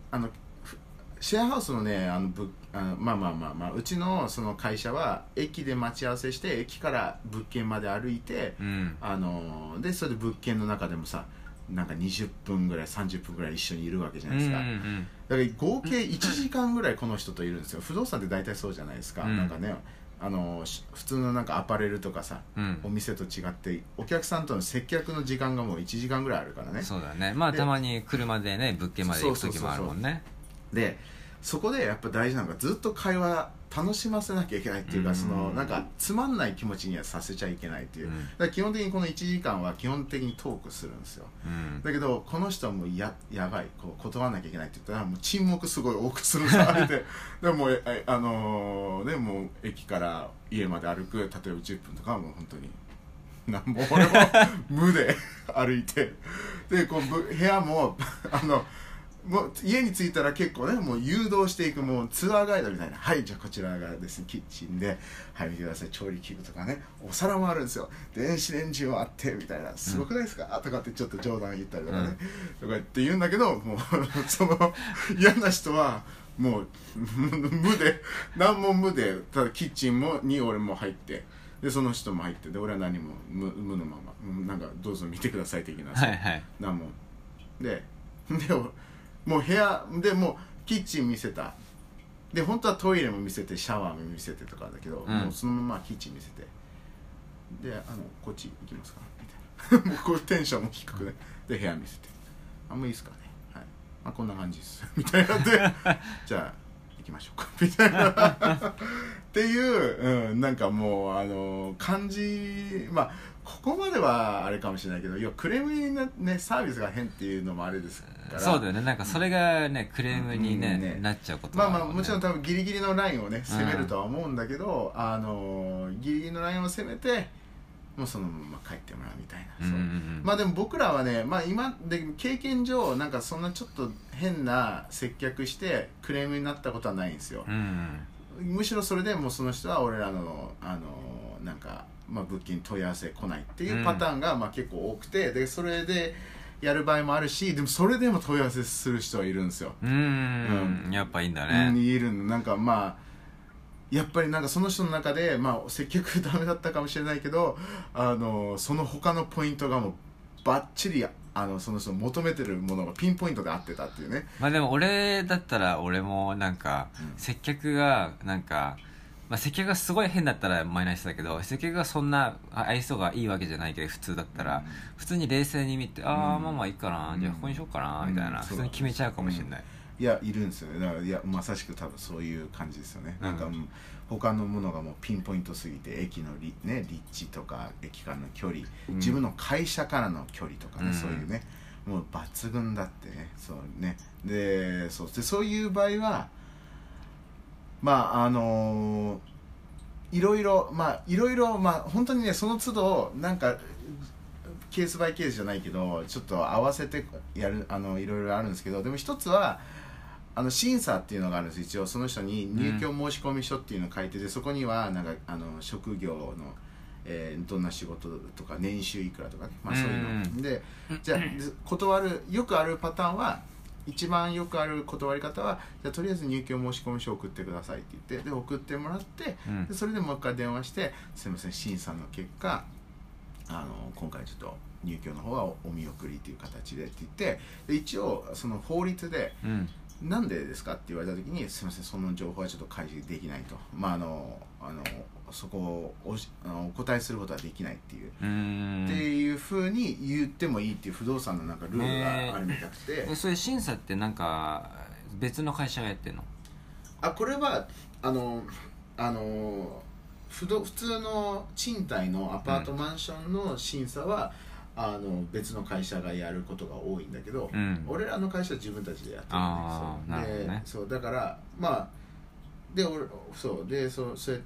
あのシェアハウスのねあのぶあのまあまあまあまあうちのその会社は駅で待ち合わせして駅から物件まで歩いて、 うん、 あのでそれで物件の中でもさなんかにじゅっぷんぐらいさんじゅっぷんぐらい一緒にいるわけじゃないですか、 うんうんうん、 だから合計いちじかんぐらいこの人といるんですよ。不動産って大体そうじゃないですか、うん、なんかねあの普通のなんかアパレルとかさ、うん、お店と違ってお客さんとの接客の時間がもういちじかんぐらいあるからね。 そうだね。まあたまに車でね物件まで行く時もあるもんね。 でそこでやっぱ大事なのがずっと会話楽しませなきゃいけないっていうか、そのなんかつまんない気持ちにはさせちゃいけないっていう、うん、だから基本的にこのいちじかんは基本的にトークするんですよ、うん、だけどこの人はもう や, やばいこう断らなきゃいけないって言ったらもう沈黙すごい多くするんですよでもうあのー、でもう駅から家まで歩く例えばじゅっぷんとかはもう本当になんも俺も無で歩いてでこう部屋もあのもう家に着いたら結構ねもう誘導していくもうツアーガイドみたいな、はいじゃあこちらがですねキッチンではい見てください調理器具とかねお皿もあるんですよ電子レンジもあってみたいなすごくないですか、うん、とかってちょっと冗談言ったりとかね、うん、とか言って言うんだけどもうその嫌な人はもう無で何も無でただキッチンもに俺も入ってでその人も入ってで俺は何も 無, 無のままなんかどうぞ見てください的な、 はいはい、 何もででもう部屋でもうキッチン見せたで本当はトイレも見せてシャワーも見せてとかだけど、うん、もうそのままキッチン見せてであのこっち行きますかみたいなもうこうテンションも低くねで部屋見せてあんまいいですかね、はいまあ、こんな感じですみたいなでじゃあ行きましょうかみたいなっていう、うん、なんかもうあの感じまあここまではあれかもしれないけど要はクレームにな、ね、サービスが変っていうのもあれですからそうだよねなんかそれがね、うん、クレームに、ねうんね、なっちゃうことはあるもんね。 まあまあもちろん多分ギリギリのラインをね攻めるとは思うんだけど、うん、あのギリギリのラインを攻めてもうそのまま帰ってもらうみたいな、そう、うんうんうん、まあでも僕らはね、まあ、今で経験上なんかそんなちょっと変な接客してクレームになったことはないんですよ、うんうん、むしろそれでもうその人は俺らのあのなんかまあ、物件に問い合わせ来ないっていうパターンがまあ結構多くて、うん、でそれでやる場合もあるしでもそれでも問い合わせする人はいるんですよ。 うーん、うん、やっぱいいんだね。 うん、いるなんかまあやっぱりなんかその人の中でまあ接客ダメだったかもしれないけどあのその他のポイントがもうバッチリあのその人求めてるものがピンポイントで合ってたっていうね。 まあでも俺だったら俺もなんか、うん、接客がなんかまあ、接客がすごい変だったらマイナスだけど接客がそんな愛想がいいわけじゃないけど普通だったら、うん、普通に冷静に見て、うん、ああまあまあいいかな、うん、じゃあここにしようかな、うん、みたいな、普通に決めちゃうかもしれない、 いやいるんですよね。だからいやまさしく多分そういう感じですよね、うん、なんか他のものがもうピンポイントすぎて駅のり、ね、立地とか駅からの距離、うん、自分の会社からの距離とかね、うん、そういうねもう抜群だってねそうねでそうでそういう場合はまああのー、いろいろまあいろいろまあ本当にねその都度なんかケースバイケースじゃないけどちょっと合わせてやるあのいろいろあるんですけどでも一つはあの審査っていうのがあるんです。一応その人に入居申込書っていうのを書いてて、うん、そこにはなんかあの職業の、えー、どんな仕事とか年収いくらとかねまあそういうの、うん、でじゃあ断るよくあるパターンは一番よくある断り方はじゃあとりあえず入居申込書を送ってくださいって言ってで送ってもらって、うん、でそれでもう一回電話してすみません審査の結果あの今回ちょっと入居の方はお見送りという形でって言ってで一応その法律で、うん、なんでですかって言われた時にすみませんその情報はちょっと開示できないとまああのあのそこを お, あのお答えすることはできないっていうっていうふうに言ってもいいっていう不動産のなんかルールがあるみたくて、 えー、それ審査ってなんか別の会社がやってんの？ あこれはあのあの不動普通の賃貸のアパートマンションの審査は、うん、あの別の会社がやることが多いんだけど、うん、俺らの会社は自分たちでやってるんですよ。で、ね、そうだからまあで俺そうでそうそうやって、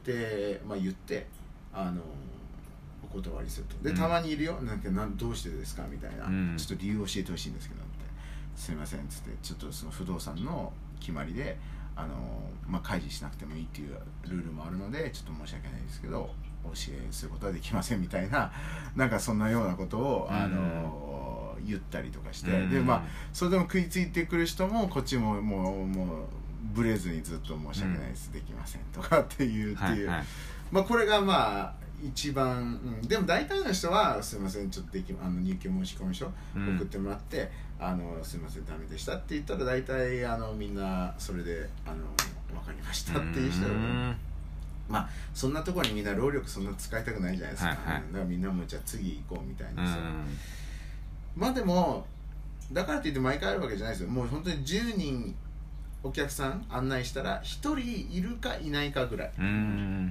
まあ、言ってあのお断りするとで、うん、たまにいるよなんかなんどうしてですかみたいな、うん、ちょっと理由を教えてほしいんですけどってすいませんっつってちょっとその不動産の決まりであの、まあ、開示しなくてもいいっていうルールもあるのでちょっと申し訳ないですけどお教えすることはできませんみたいななんかそんなようなことを、うん、あの言ったりとかして、 うん、 でまあそれでも食いついてくる人もこっちももうもうブレずにずっと申し訳ないです、うん、できませんとかっていうっていう、はいはい、まあこれがまあ一番、うん、でも大体の人はすいませんちょっとできあの入居申し込み書送ってもらって、うん、あのすいませんダメでしたって言ったら大体あのみんなそれであの分かりましたっていう人が、うん、まあそんなところにみんな労力そんな使いたくないじゃないですか、はいはい、だからみんなもじゃあ次行こうみたいなさ、うん、まあでもだからといって毎回あるわけじゃないですよ。もう本当にじゅうにんお客さん案内したらひとりいるかいないかぐらい、うん、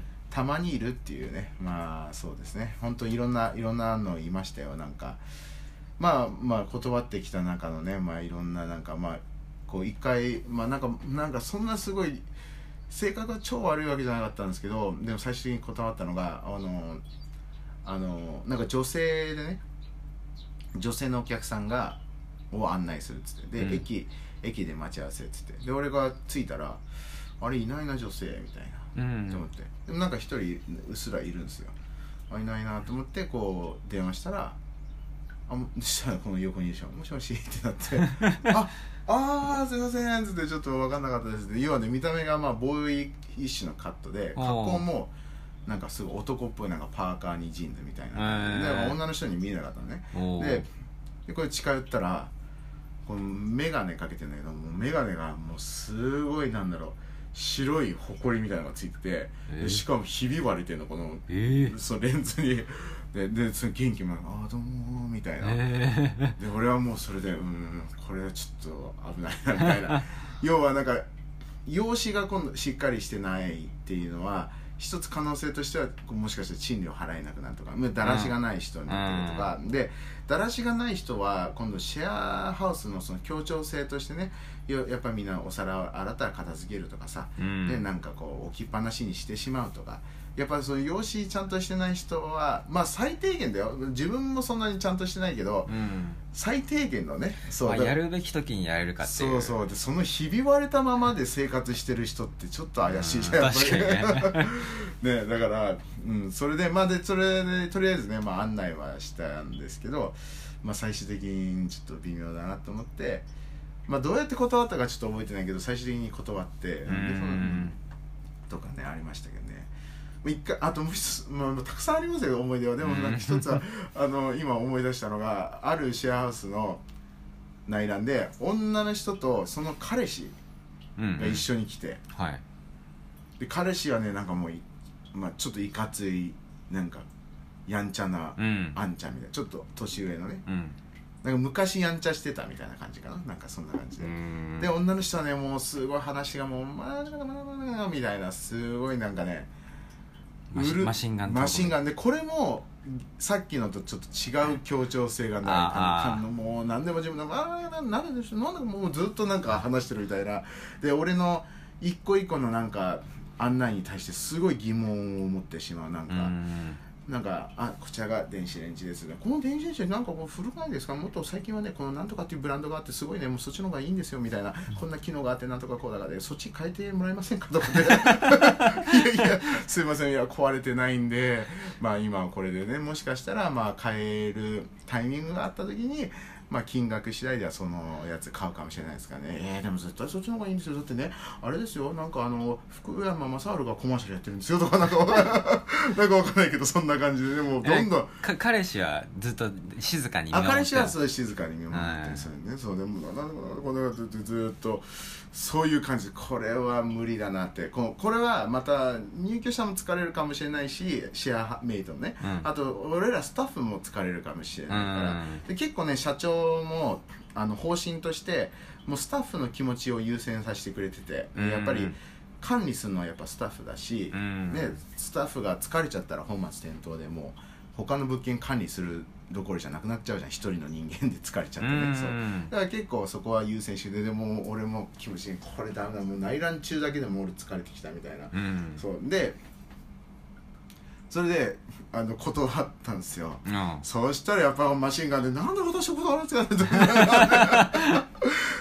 たまにいるっていうね。まあそうですね、本当にいろんないろんなのいましたよ。なんかまあまあ断ってきた中のね、まあいろんななんかまあこう一回まあなんかなんかそんなすごい性格が超悪いわけじゃなかったんですけど、でも最終的に断ったのがあのあのなんか女性でね、女性のお客さんがを案内するっつってで、うん、駅駅で待ち合わせっつってで俺が着いたらあれいないな女性みたいな、うん、と思ってでもなんか一人うっすらいるんですよ。あいないなと思ってこう電話したらあそしたらこの横にいる人がもしもしってなってああーすいませんつってちょっと分かんなかったですって。要はね見た目がまあボーイ一種のカットで格好もなんかすごい男っぽいなんかパーカーにジーンズみたいな、だから女の人に見えなかったのね。ででこれ近寄ったらこのメガネかけてんだけどもうメガネがもうすごいなんだろう白いホコリみたいなのがついてて、えー、しかもひび割れてんのこの、えー、そのレンズにででその元気もああどうもみたいな、えー、で俺はもうそれでうんこれはちょっと危ないなみたいな要はなんか容姿が今度しっかりしてないっていうのは一つ可能性としてはもしかしたら賃料払えなくなるとかだらしがない人になってるとか、うん、でだらしがない人は今度シェアハウス の, その協調性としてねやっぱりみんなお皿を洗ったら片付けるとかさ、うん、でなんかこう置きっぱなしにしてしまうとかやっぱりそういう容姿ちゃんとしてない人はまあ最低限だよ。自分もそんなにちゃんとしてないけど、うん、最低限のねそう、まあ、やるべき時にやれるかっていうそうそうでそのひび割れたままで生活してる人ってちょっと怪しいじゃん、うん、 確かにねねだから、うん、それでまあでそれでとりあえずね、まあ、案内はしたんですけど、まあ、最終的にちょっと微妙だなと思って、まあ、どうやって断ったかちょっと覚えてないけど最終的に断ってでそのとかねありましたけどね。一回あともう一つ、まあ、たくさんありますよ思い出は。でもなんか一つはあの今思い出したのがあるシェアハウスの内覧で女の人とその彼氏が一緒に来て、うんうんはい、で彼氏はねなんかもう、まあ、ちょっといかついなんかやんちゃな、うん、あんちゃんみたいなちょっと年上のね、うん、なんか昔やんちゃしてたみたいな感じかななんかそんな感じでで女の人はねもうすごい話がもうまあみたいなすごいなんかねマシ, マシンガンマシンガンでこれもさっきのとちょっと違う協調性がないあのもう何でも自分のああなんででしょなんでもうずっとなんか話してるみたいなで俺の一個一個のなんか案内に対してすごい疑問を持ってしまうなんかうんなんかあこちらが電子レンジですがこの電子レンジなんかこう古くないですかもっと最近はねこのなんとかっていうブランドがあってすごいねもうそっちの方がいいんですよみたいなこんな機能があってなんとかこうだからでそっち変えてもらえませんかとかでいやいやすいませんいや壊れてないんでまあ今はこれでねもしかしたらまあ変えるタイミングがあった時にまあ金額次第ではそのやつ買うかもしれないですからね。えー、でも絶対そっちの方がいいんですよ。だってねあれですよなんかあの福山雅治がコマーシャルやってるんですよとかなんかなんかわかんないけどそんな感じででもどんどん彼氏はずっと静かに見守って彼氏はそう静かに見守ってそれねそうでもなんかこのずっとそういう感じでこれは無理だなってこのこれはまた入居者も疲れるかもしれないしシェアメイトのね、うん、あと俺らスタッフも疲れるかもしれないから、うん、で結構ね社長もあの方針としてもうスタッフの気持ちを優先させてくれてて、うん、やっぱり管理するのはやっぱスタッフだし、うん、でスタッフが疲れちゃったら本末転倒でもう他の物件管理するどころじゃなくなっちゃうじゃん一人の人間で疲れちゃってね、うん、そうだから結構そこは優先してででも俺も気持ちいいこれダメだもう内覧中だけでも俺疲れてきたみたいな、うん、そうでそれであの断ったんですよ、うん、そうしたらやっぱマシンガンでなんで私断るんですかねっ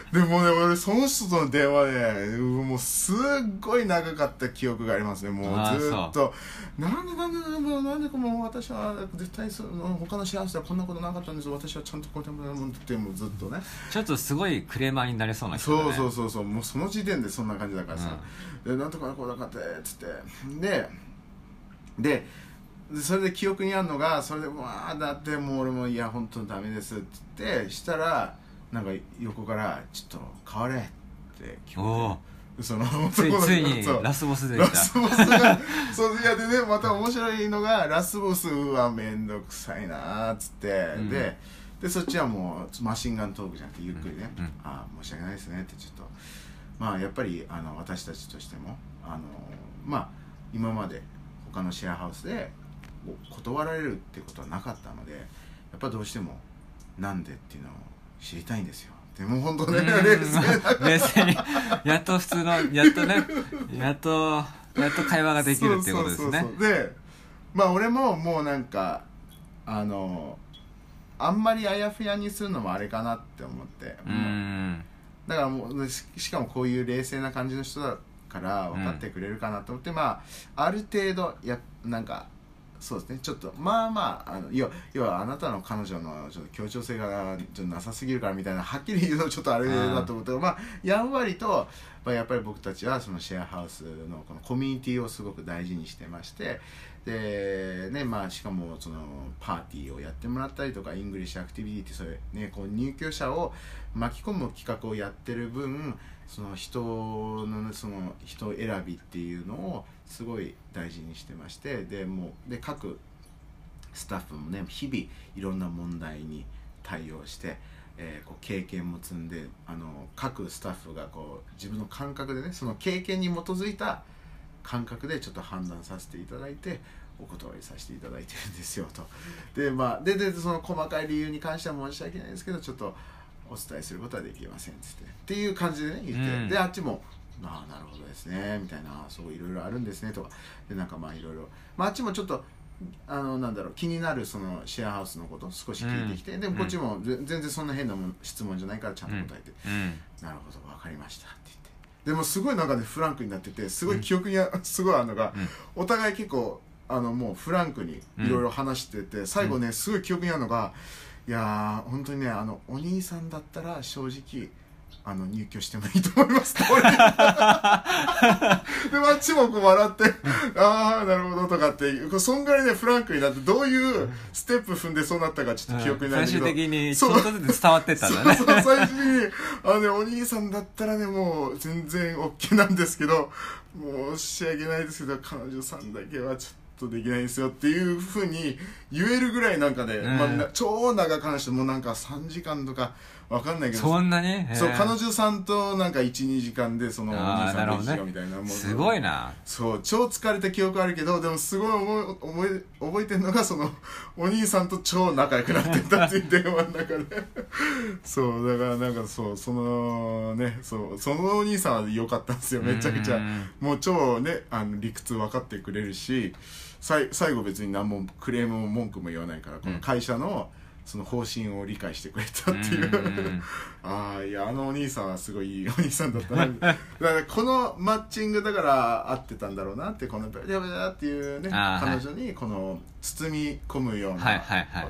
でもね俺その人との電話で、ね、もうすっごい長かった記憶がありますね。もうずっとなんでなんでなんでなんでもう私は絶対その他の幸せではこんなことなかったんですよ、私はちゃんとこうやってもうずっとねちょっとすごいクレーマーになれそうな人だね。 そうそうそうそう、もうその時点でそんな感じだからさ、うん、でなんとかこうだかってつってででそれで記憶にあるのがそれでわーだってもう俺もいや本当にダメですって言ってしたらなんか横からちょっと変われって聞こえて、そのついついにラスボスできた。 ラスボスがそういやでねまた面白いのがラスボスはめんどくさいなーっつって、うん、ででそっちはもうマシンガントークじゃなくてゆっくりね、うんうん、ああ申し訳ないですねってちょっとまあやっぱりあの私たちとしてもあのまあ今まで他のシェアハウスで断られるっていうことはなかったのでやっぱどうしてもなんでっていうのを知りたいんですよ。でも本当ね冷静冷静にやっと普通のやっとねやっとやっと会話ができるっていうことですね。そうそうそうそうでまあ俺ももうなんかあのあんまりあやふやにするのもあれかなって思って、うんだからもう し, しかもこういう冷静な感じの人だから分かってくれるかなと思って、うん、まあある程度やなんかそうですねちょっとまあまああの要は要はあなたの彼女のちょっと協調性がちょっとなさすぎるからみたいなはっきり言うとちょっとあれだと思ったけど、まあやんわりと、まあ、やっぱり僕たちはそのシェアハウスのこのコミュニティをすごく大事にしてましてでねまあしかもそのパーティーをやってもらったりとかイングリッシュアクティビティってそういうねこう入居者を巻き込む企画をやってる分その人の、ね、その人選びっていうのをすごい大事にしてましてでもうで各スタッフもね日々いろんな問題に対応して、えー、こう経験も積んであの各スタッフがこう自分の感覚でねその経験に基づいた感覚でちょっと判断させていただいてお断りさせていただいてるんですよとでまあででその細かい理由に関しては申し訳ないですけどちょっとお伝えすることはできませんっつってっていう感じでね言って、うん、であっちもああなるほどですねみたいなそういろいろあるんですねとかでなんかまあいろいろ、まあ、あっちもちょっとあのなんだろう気になるそのシェアハウスのこと少し聞いてきて、うん、でもこっちも全然そんな変なもん質問じゃないからちゃんと答えて、うんうん、なるほど分かりましたって言ってでもすごいなんかねフランクになっててすごい記憶にすごいあるのが、うん、お互い結構あのもうフランクにいろいろ話してて、うん、最後ねすごい記憶にあるのがいやー本当にねあのお兄さんだったら正直あの入居してもいいと思いますとであっちもこう笑ってああなるほどとかってそんぐらいねフランクになってどういうステップ踏んでそうなったかちょっと記憶にないんだけど、 うん、最終的にちょっとずつ伝わってったんだねそうそう最終的にあの、ね、お兄さんだったらねもう全然 OK なんですけど申し訳ないですけど彼女さんだけはちょっとできないんですよっていう風に言えるぐらいなんかね、うんまあ、超長く話してもうなんかさんじかんとかわかんないけどそんなにそう彼女さんとなんか いちにじかんでそのお兄さんと一緒みたいな、ね、もうすごいなそう超疲れた記憶あるけどでもすごい思い思い覚えてるのがそのお兄さんと超仲良くなってたっていう電話の中でそうだからなんかそうそのねそうそのお兄さんは良かったんですよめちゃくちゃもう超ねあの理屈分かってくれるし最後別に何もクレームも文句も言わないからこの会社のその方針を理解してくれたっていうああいやあのお兄さんはすごいいいお兄さんだったなだからこのマッチングだから合ってたんだろうなってこのベラベラっていうね彼女にこの包み込むような、はいはいはい、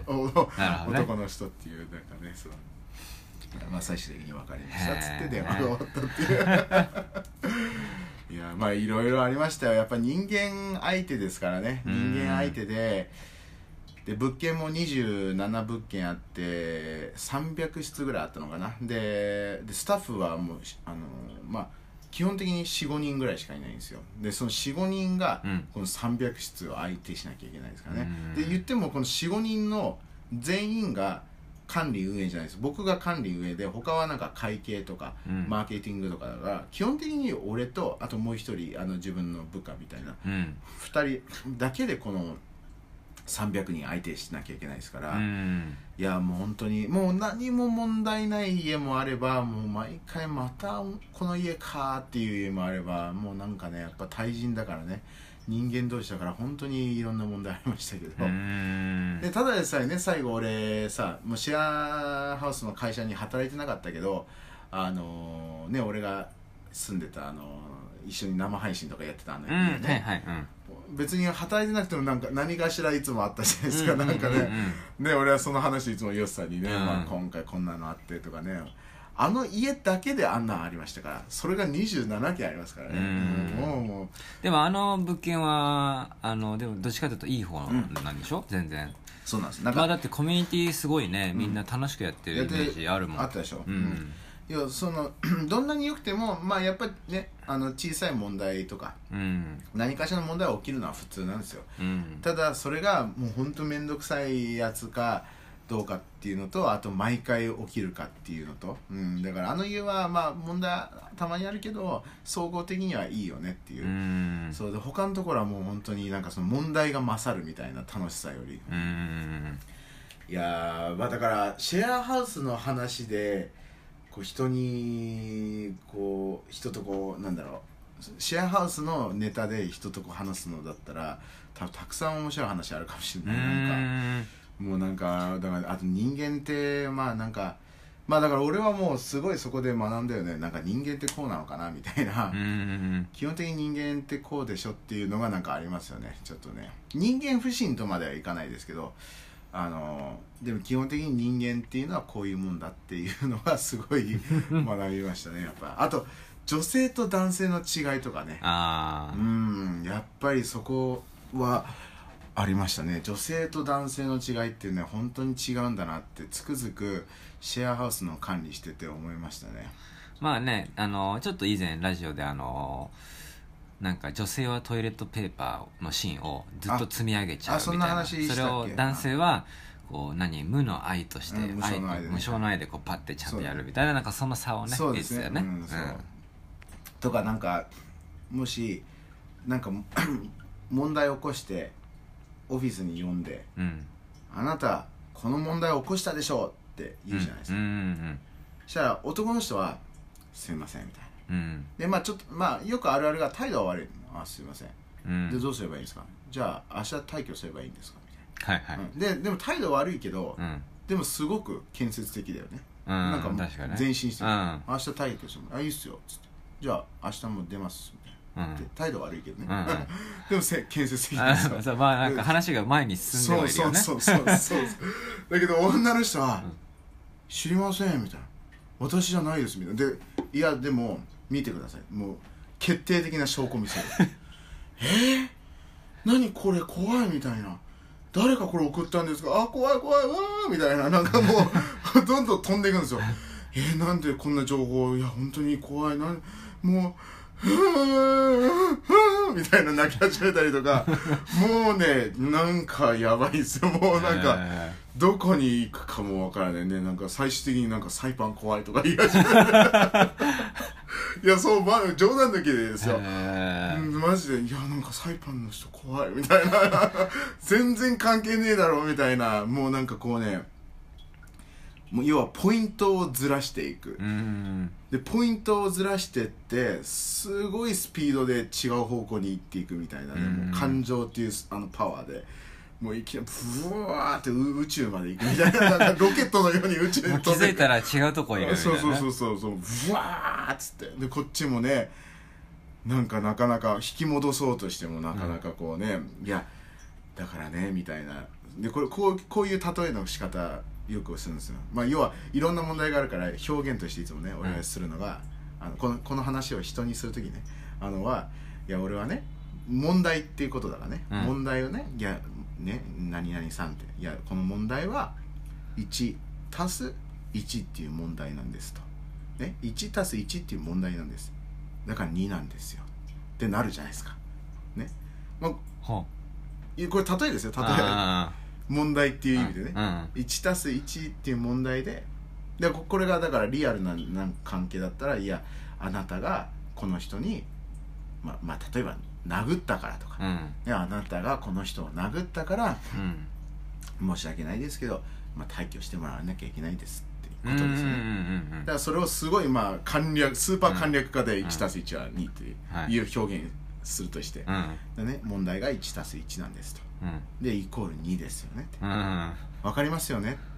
男の人っていうなんかねそうまあ最終的に分かりましたっつって電話が終わったっていういやまあいろいろありましたよやっぱ人間相手ですからね人間相手でで物件もにじゅうなな物件あってさんびゃく室ぐらいあったのかな で, でスタッフはもうあのまあ基本的に よん,ご 人ぐらいしかいないんですよでその よん,ご 人がこのさんびゃく室を相手しなきゃいけないですからね、うん、で言ってもこの よん,ご 人の全員が管理運営じゃないです僕が管理運営で他はなんか会計とかマーケティングとかだから、うん、基本的に俺とあともう一人あの自分の部下みたいな、うん、ふたりだけでこのさんびゃくにん相手しなきゃいけないですから、うん、いやもう本当にもう何も問題ない家もあればもう毎回またこの家かっていう家もあればもうなんかねやっぱ対人だからね人間同士だから本当にいろんな問題ありましたけど、うん、でただでさえね最後俺さもうシェアハウスの会社に働いてなかったけどあのー、ね俺が住んでたあのー、一緒に生配信とかやってたんだけうどんはいはいうん、別に働いてなくてもなんか何かしらいつもあったじゃないですか、 うんなんかね、 うんうんうんね俺はその話いつもヨシさんにね、 うんまあ、今回こんなのあってとかね、あの家だけであんなんありましたから、それがにじゅうななけんありますからね、 うんもうもうでもあの物件はあのでもどっちかというといい方なんでしょ、うん、全然そうなんです。なんか、 まあ、だってコミュニティすごいね、みんな楽しくやってるイメージあるもん。 あったでしょ、 うん、 いやそのどんなに良くてもまあやっぱりねあの小さい問題とか、 うん、 何かしらの問題が起きるのは普通なんですよ、 うん、 ただそれがもう本当面倒くさいやつかどうかっていうのと、あと毎回起きるかっていうのと、うん、だからあの家はまあ問題たまにあるけど総合的にはいいよねっていう、 うん、 そうで他のところはもう本当になんかその問題が勝るみたいな楽しさより、 うん、 いやー、まあ、だからシェアハウスの話でこう人にこう人とこうなんだろうシェアハウスのネタで人とこう話すのだったら多分たくさん面白い話あるかもしれない、なんかもうなんかだからあと人間ってまあなんかまあだから俺はもうすごいそこで学んだよね、なんか人間ってこうなのかなみたいな、 うん、 基本的に人間ってこうでしょっていうのがなんかありますよね。ちょっとね人間不信とまではいかないですけど、あのでも基本的に人間っていうのはこういうもんだっていうのがすごい学びましたねやっぱ。あと女性と男性の違いとかね、 あうんやっぱりそこはありましたね。女性と男性の違いっていうのは本当に違うんだなってつくづくシェアハウスの管理してて思いましたね。 まあね、あのちょっと以前ラジオであのなんか女性はトイレットペーパーの芯をずっと積み上げちゃうみたい な, あそんな話したっけ。 それを男性はこう何無の愛として、 うん無償の愛でね無償の愛でこうパッてちゃんとやるみたいな、なんかその差をねそうですね言ってたよね、 うんそうとかなんかもしなんか問題を起こしてオフィスに呼んで、 うん、 あなたこの問題を起こしたでしょうって言うじゃないですか、 うんうんうん、 そしたら男の人はすいませんみたいな、 うん、 でまあちょっとまあよくあるあるが態度は悪い、あすいません、 うん、 でどうすればいいんですか、じゃあ明日退去すればいいんですかみたいな、 はいはい、 うん、ででも態度悪いけど、 うん、 でもすごく建設的だよね、 うん、 なんか確かにね前進してる、 うん、 明日退去するあいいっすよつって、じゃあ明日も出ますみたいな、 うん、 で態度悪いけどね、 うんうん、 でもせ建設的ですよそうまあなんか話が前に進んではいるよね。 そうそうそうそうそうだけど女の人は、うん、知りませんみたいな、私じゃないですみたいな、でいやでも見てください、もう決定的な証拠見せるえー、何これ怖いみたいな、誰かこれ送ったんですか、あ怖い怖いわーみたいな、なんかもうどんどん飛んでいくんですよえー、なんでこんな情報、いや本当に怖い、なんもうふーふーみたいな泣き始めたりとかもうねなんかやばいですよ、もうなんかどこに行くかもわからないね、なんか最終的になんかサイパン怖いとか言い始めていやそう、ま、冗談だけでですよ、うん、マジでいやなんかサイパンの人怖いみたいな全然関係ねえだろみたいな、もうなんかこうね、もう要はポイントをずらしていく、 うん、 でポイントをずらしてってすごいスピードで違う方向に行っていくみたいなね、うん、もう感情っていうあのパワーでもういきなりブワーって宇宙まで行くみたい な, なんかロケットのように宇宙に飛んで気づいたら違うとこいるみたいな、 そうそうそうそうそうブワーっつって、でこっちもねなんかなかなか引き戻そうとしてもなかなかこうね、うん、いやだからねみたいな、でこれこうこういう例えの仕方よくするんですよ、まあ、要はいろんな問題があるから表現としていつもねお願いするのが、うん、あのこのこの話を人にするときね、あのはいや俺はね問題っていうことだからね、うん、問題をねいやね何々さんっていやこの問題はいち足すいちっていう問題なんですと、ね、いち足すいちっていう問題なんです、だからになんですよってなるじゃないですかね、まあ、はあ、これ例えですよ、例え問題っていう意味でね、うんうん、いち足すいちっていう問題で、でこれがだからリアルななん関係だったら、いやあなたがこの人に、ままあ、例えば殴ったからとか、うん、いやあなたがこの人を殴ったから、うん、申し訳ないですけど、まあ、退去してもらわなきゃいけないですっていうことですよね。だからそれをすごいまあ簡略スーパー簡略化でいち足すいちはにっていう表現するとして、うんでね、問題がいち足すいちなんですと、うん、でイコールにですよねって、うん、分かりますよねって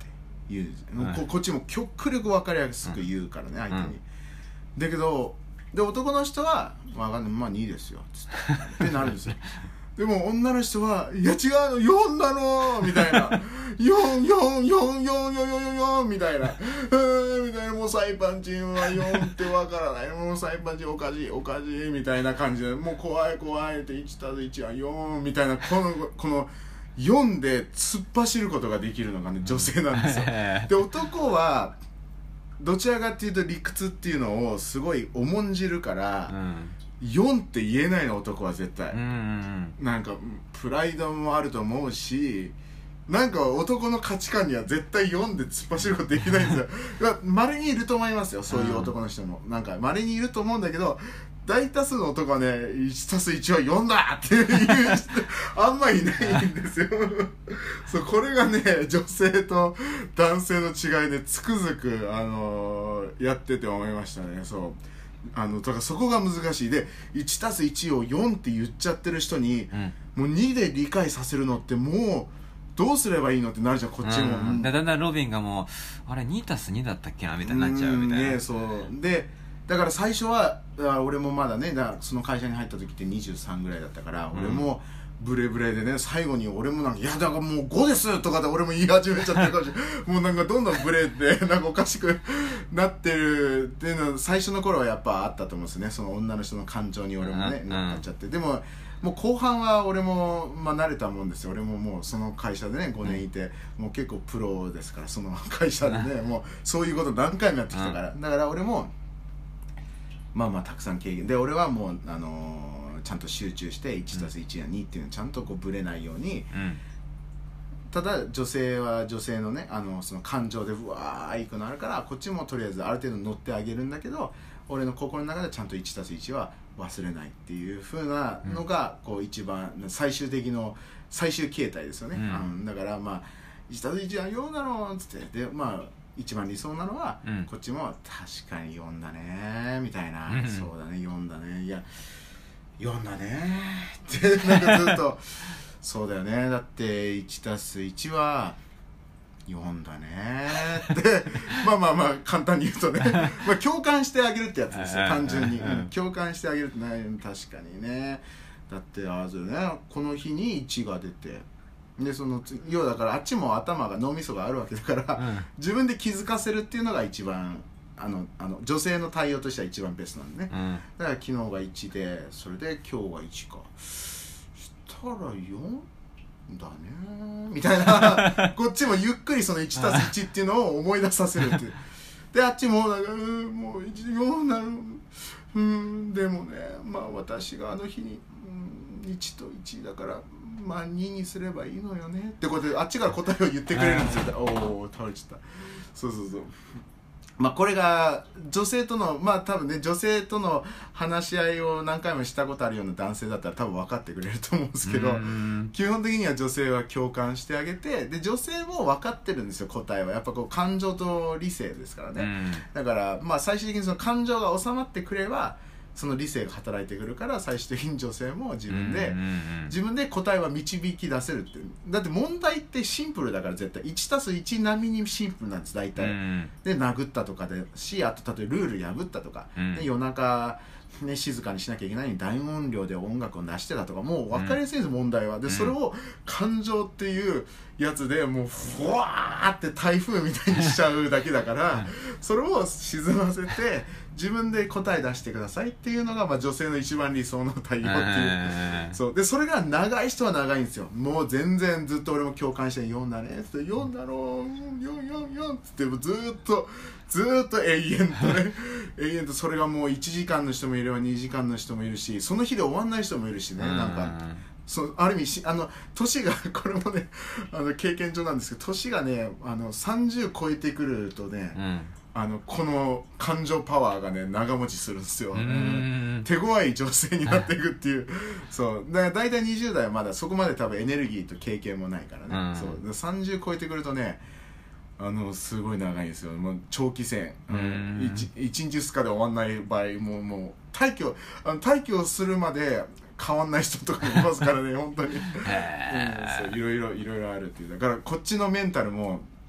言うんですよ、 はい、 こ, こっちも極力分かりやすく言うからね、うん、相手に、うん、だけどで男の人は分かんない、まあにですよつってってなるんですよでも女の人はいや違うのよんなのみたいなよんよんよんよんよんよんよんみたいなうんみたいなもうサイパンチンはよんってわからないもうサイパンチンおかしいおかしいみたいな感じでもう怖い怖いっていちたすいちはよんみたいなこのこのよんで突っ走ることができるのがね女性なんですよで男はどちらかっていうと理屈っていうのをすごい重んじるから、うん、よんって言えないの男は絶対、うんうんうん、なんかプライドもあると思うしなんか男の価値観には絶対よんで突っ走ることできないんですよ稀にいると思いますよそういう男の人も、うん、なんか稀にいると思うんだけど大多数の男はね いちたすいち はよんだっていう人あんまいないんですよそうこれがね女性と男性の違いでつくづく、あのー、やってて思いましたねそうあのだからそこが難しいで いちたすいち をよんって言っちゃってる人に、うん、もうにで理解させるのってもうどうすればいいのってなるじゃんこっちも、うん、 だんだんロビンがもうあれ にたすに だったっけなみたいになっちゃうみたいな、 ね、そうでだから最初は俺もまだねだその会社に入った時ってにじゅうさんぐらいだったから、うん、俺もブレブレでね最後に俺もなんかいやだからもうごですとかで俺も言い始めちゃってるかもしれないもうなんかどんどんブレてなんかおかしくなってるっていうのは最初の頃はやっぱあったと思うんですねその女の人の感情に俺もねなっちゃってでももう後半は俺も、まあ、慣れたもんですよ俺ももうその会社でねごねんいて、うん、もう結構プロですからその会社でねもうそういうこと何回もやってきたから、うん、だから俺もまあまあたくさん経験で俺はもう、あのー、ちゃんと集中して いちたすいち やにっていうのをちゃんとこうブレないように、うん、ただ女性は女性のねあのその感情でうわーいくのあるからこっちもとりあえずある程度乗ってあげるんだけど俺の心の中でちゃんと いちたすいち は忘れないっていう風なのが、うん、こう一番最終的の最終形態ですよね、うんあのだからまあいちたすいちはよんだろうっつってでまあ一番理想なのは、うん、こっちも確かによんだねみたいな、うん、そうだねよんだねいやよんだねってなんかずっとそうだよねだって いちたすいち はよんだねってまあまあまあ簡単に言うとねまあ共感してあげるってやつですよ単純に、うん、共感してあげるってね確かにねだってあれねこの日にいちが出てでその要だからあっちも頭が脳みそがあるわけだから、うん、自分で気づかせるっていうのが一番あのあの女性の対応としては一番ベストなんでね、うん、だから昨日がいちでそれで今日がいちかしたらよんだねみたいなこっちもゆっくりその いちたすいち っていうのを思い出させるっていうであっちもなんかうんもうよんなのうんでもねまあ私があの日に、うん、いちといちだからまあににすればいいのよねってことであっちから答えを言ってくれるんですよおお倒れちゃったそうそうそうまあこれが女性とのまあ多分ね女性との話し合いを何回もしたことあるような男性だったら多分分かってくれると思うんですけど基本的には女性は共感してあげてで女性も分かってるんですよ答えはやっぱこう感情と理性ですからねだからまあ最終的にその感情が収まってくればその理性が働いてくるから最終的に女性も自分で、うんうんうん、自分で答えは導き出せるっていうだって問題ってシンプルだから絶対 いちたすいち 並みにシンプルなんです大体、うん、で殴ったとかでしあと例えばルール破ったとか、うん、で夜中、ね、静かにしなきゃいけないのに大音量で音楽を出してたとかもう分かりやすいんです、うん、問題はでそれを感情っていうやつでもうふわーって台風みたいにしちゃうだけだからそれを沈ませて自分で答え出してくださいっていうのが、まあ、女性の一番理想の対応っていう、えー、そうでそれが長い人は長いんですよもう全然ずっと俺も共感してよんだねってよんだろうよんよんよんってずっとずっと永遠とね永遠とそれがもういちじかんの人もいればにじかんの人もいるしその日で終わんない人もいるしねなんかそうある意味あの年がこれもねあの経験上なんですけど年がねあのさんじゅう超えてくるとね、うんあのこの感情パワーがね長持ちするんですよ手強い女性になっていくっていうそうだから大体にじゅう代はまだそこまで多分エネルギーと経験もないからねそうさんじゅう超えてくるとねあのすごい長いんですよもう長期戦いちにちふつかで終わんない場合もうもう退去あの退去するまで変わんない人とかいますからね本当に、うん、そういろいろいろいろあるっていうだからこっちのメンタルも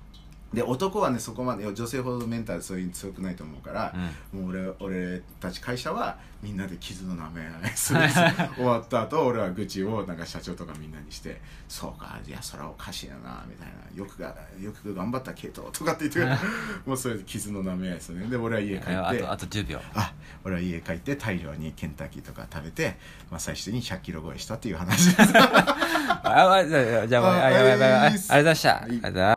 で男はねそこまで女性ほどメンタルそういうに強くないと思うから、うん、もう 俺, 俺たち会社はみんなで傷の舐め合いする終わった後俺は愚痴をなんか社長とかみんなにしてそうかいやそれはおかしいよなみたいなよくがよく頑張ったケイトとかって言ってもうそれで傷の舐め合いですね。で俺は家帰ってあとあとじゅうびょうあ俺は家帰って大量にケンタッキーとか食べて、まあ、最終的にひゃっキロ超えしたっていう話です。 あじゃあじゃあもうあやばいやばいありがとうございました。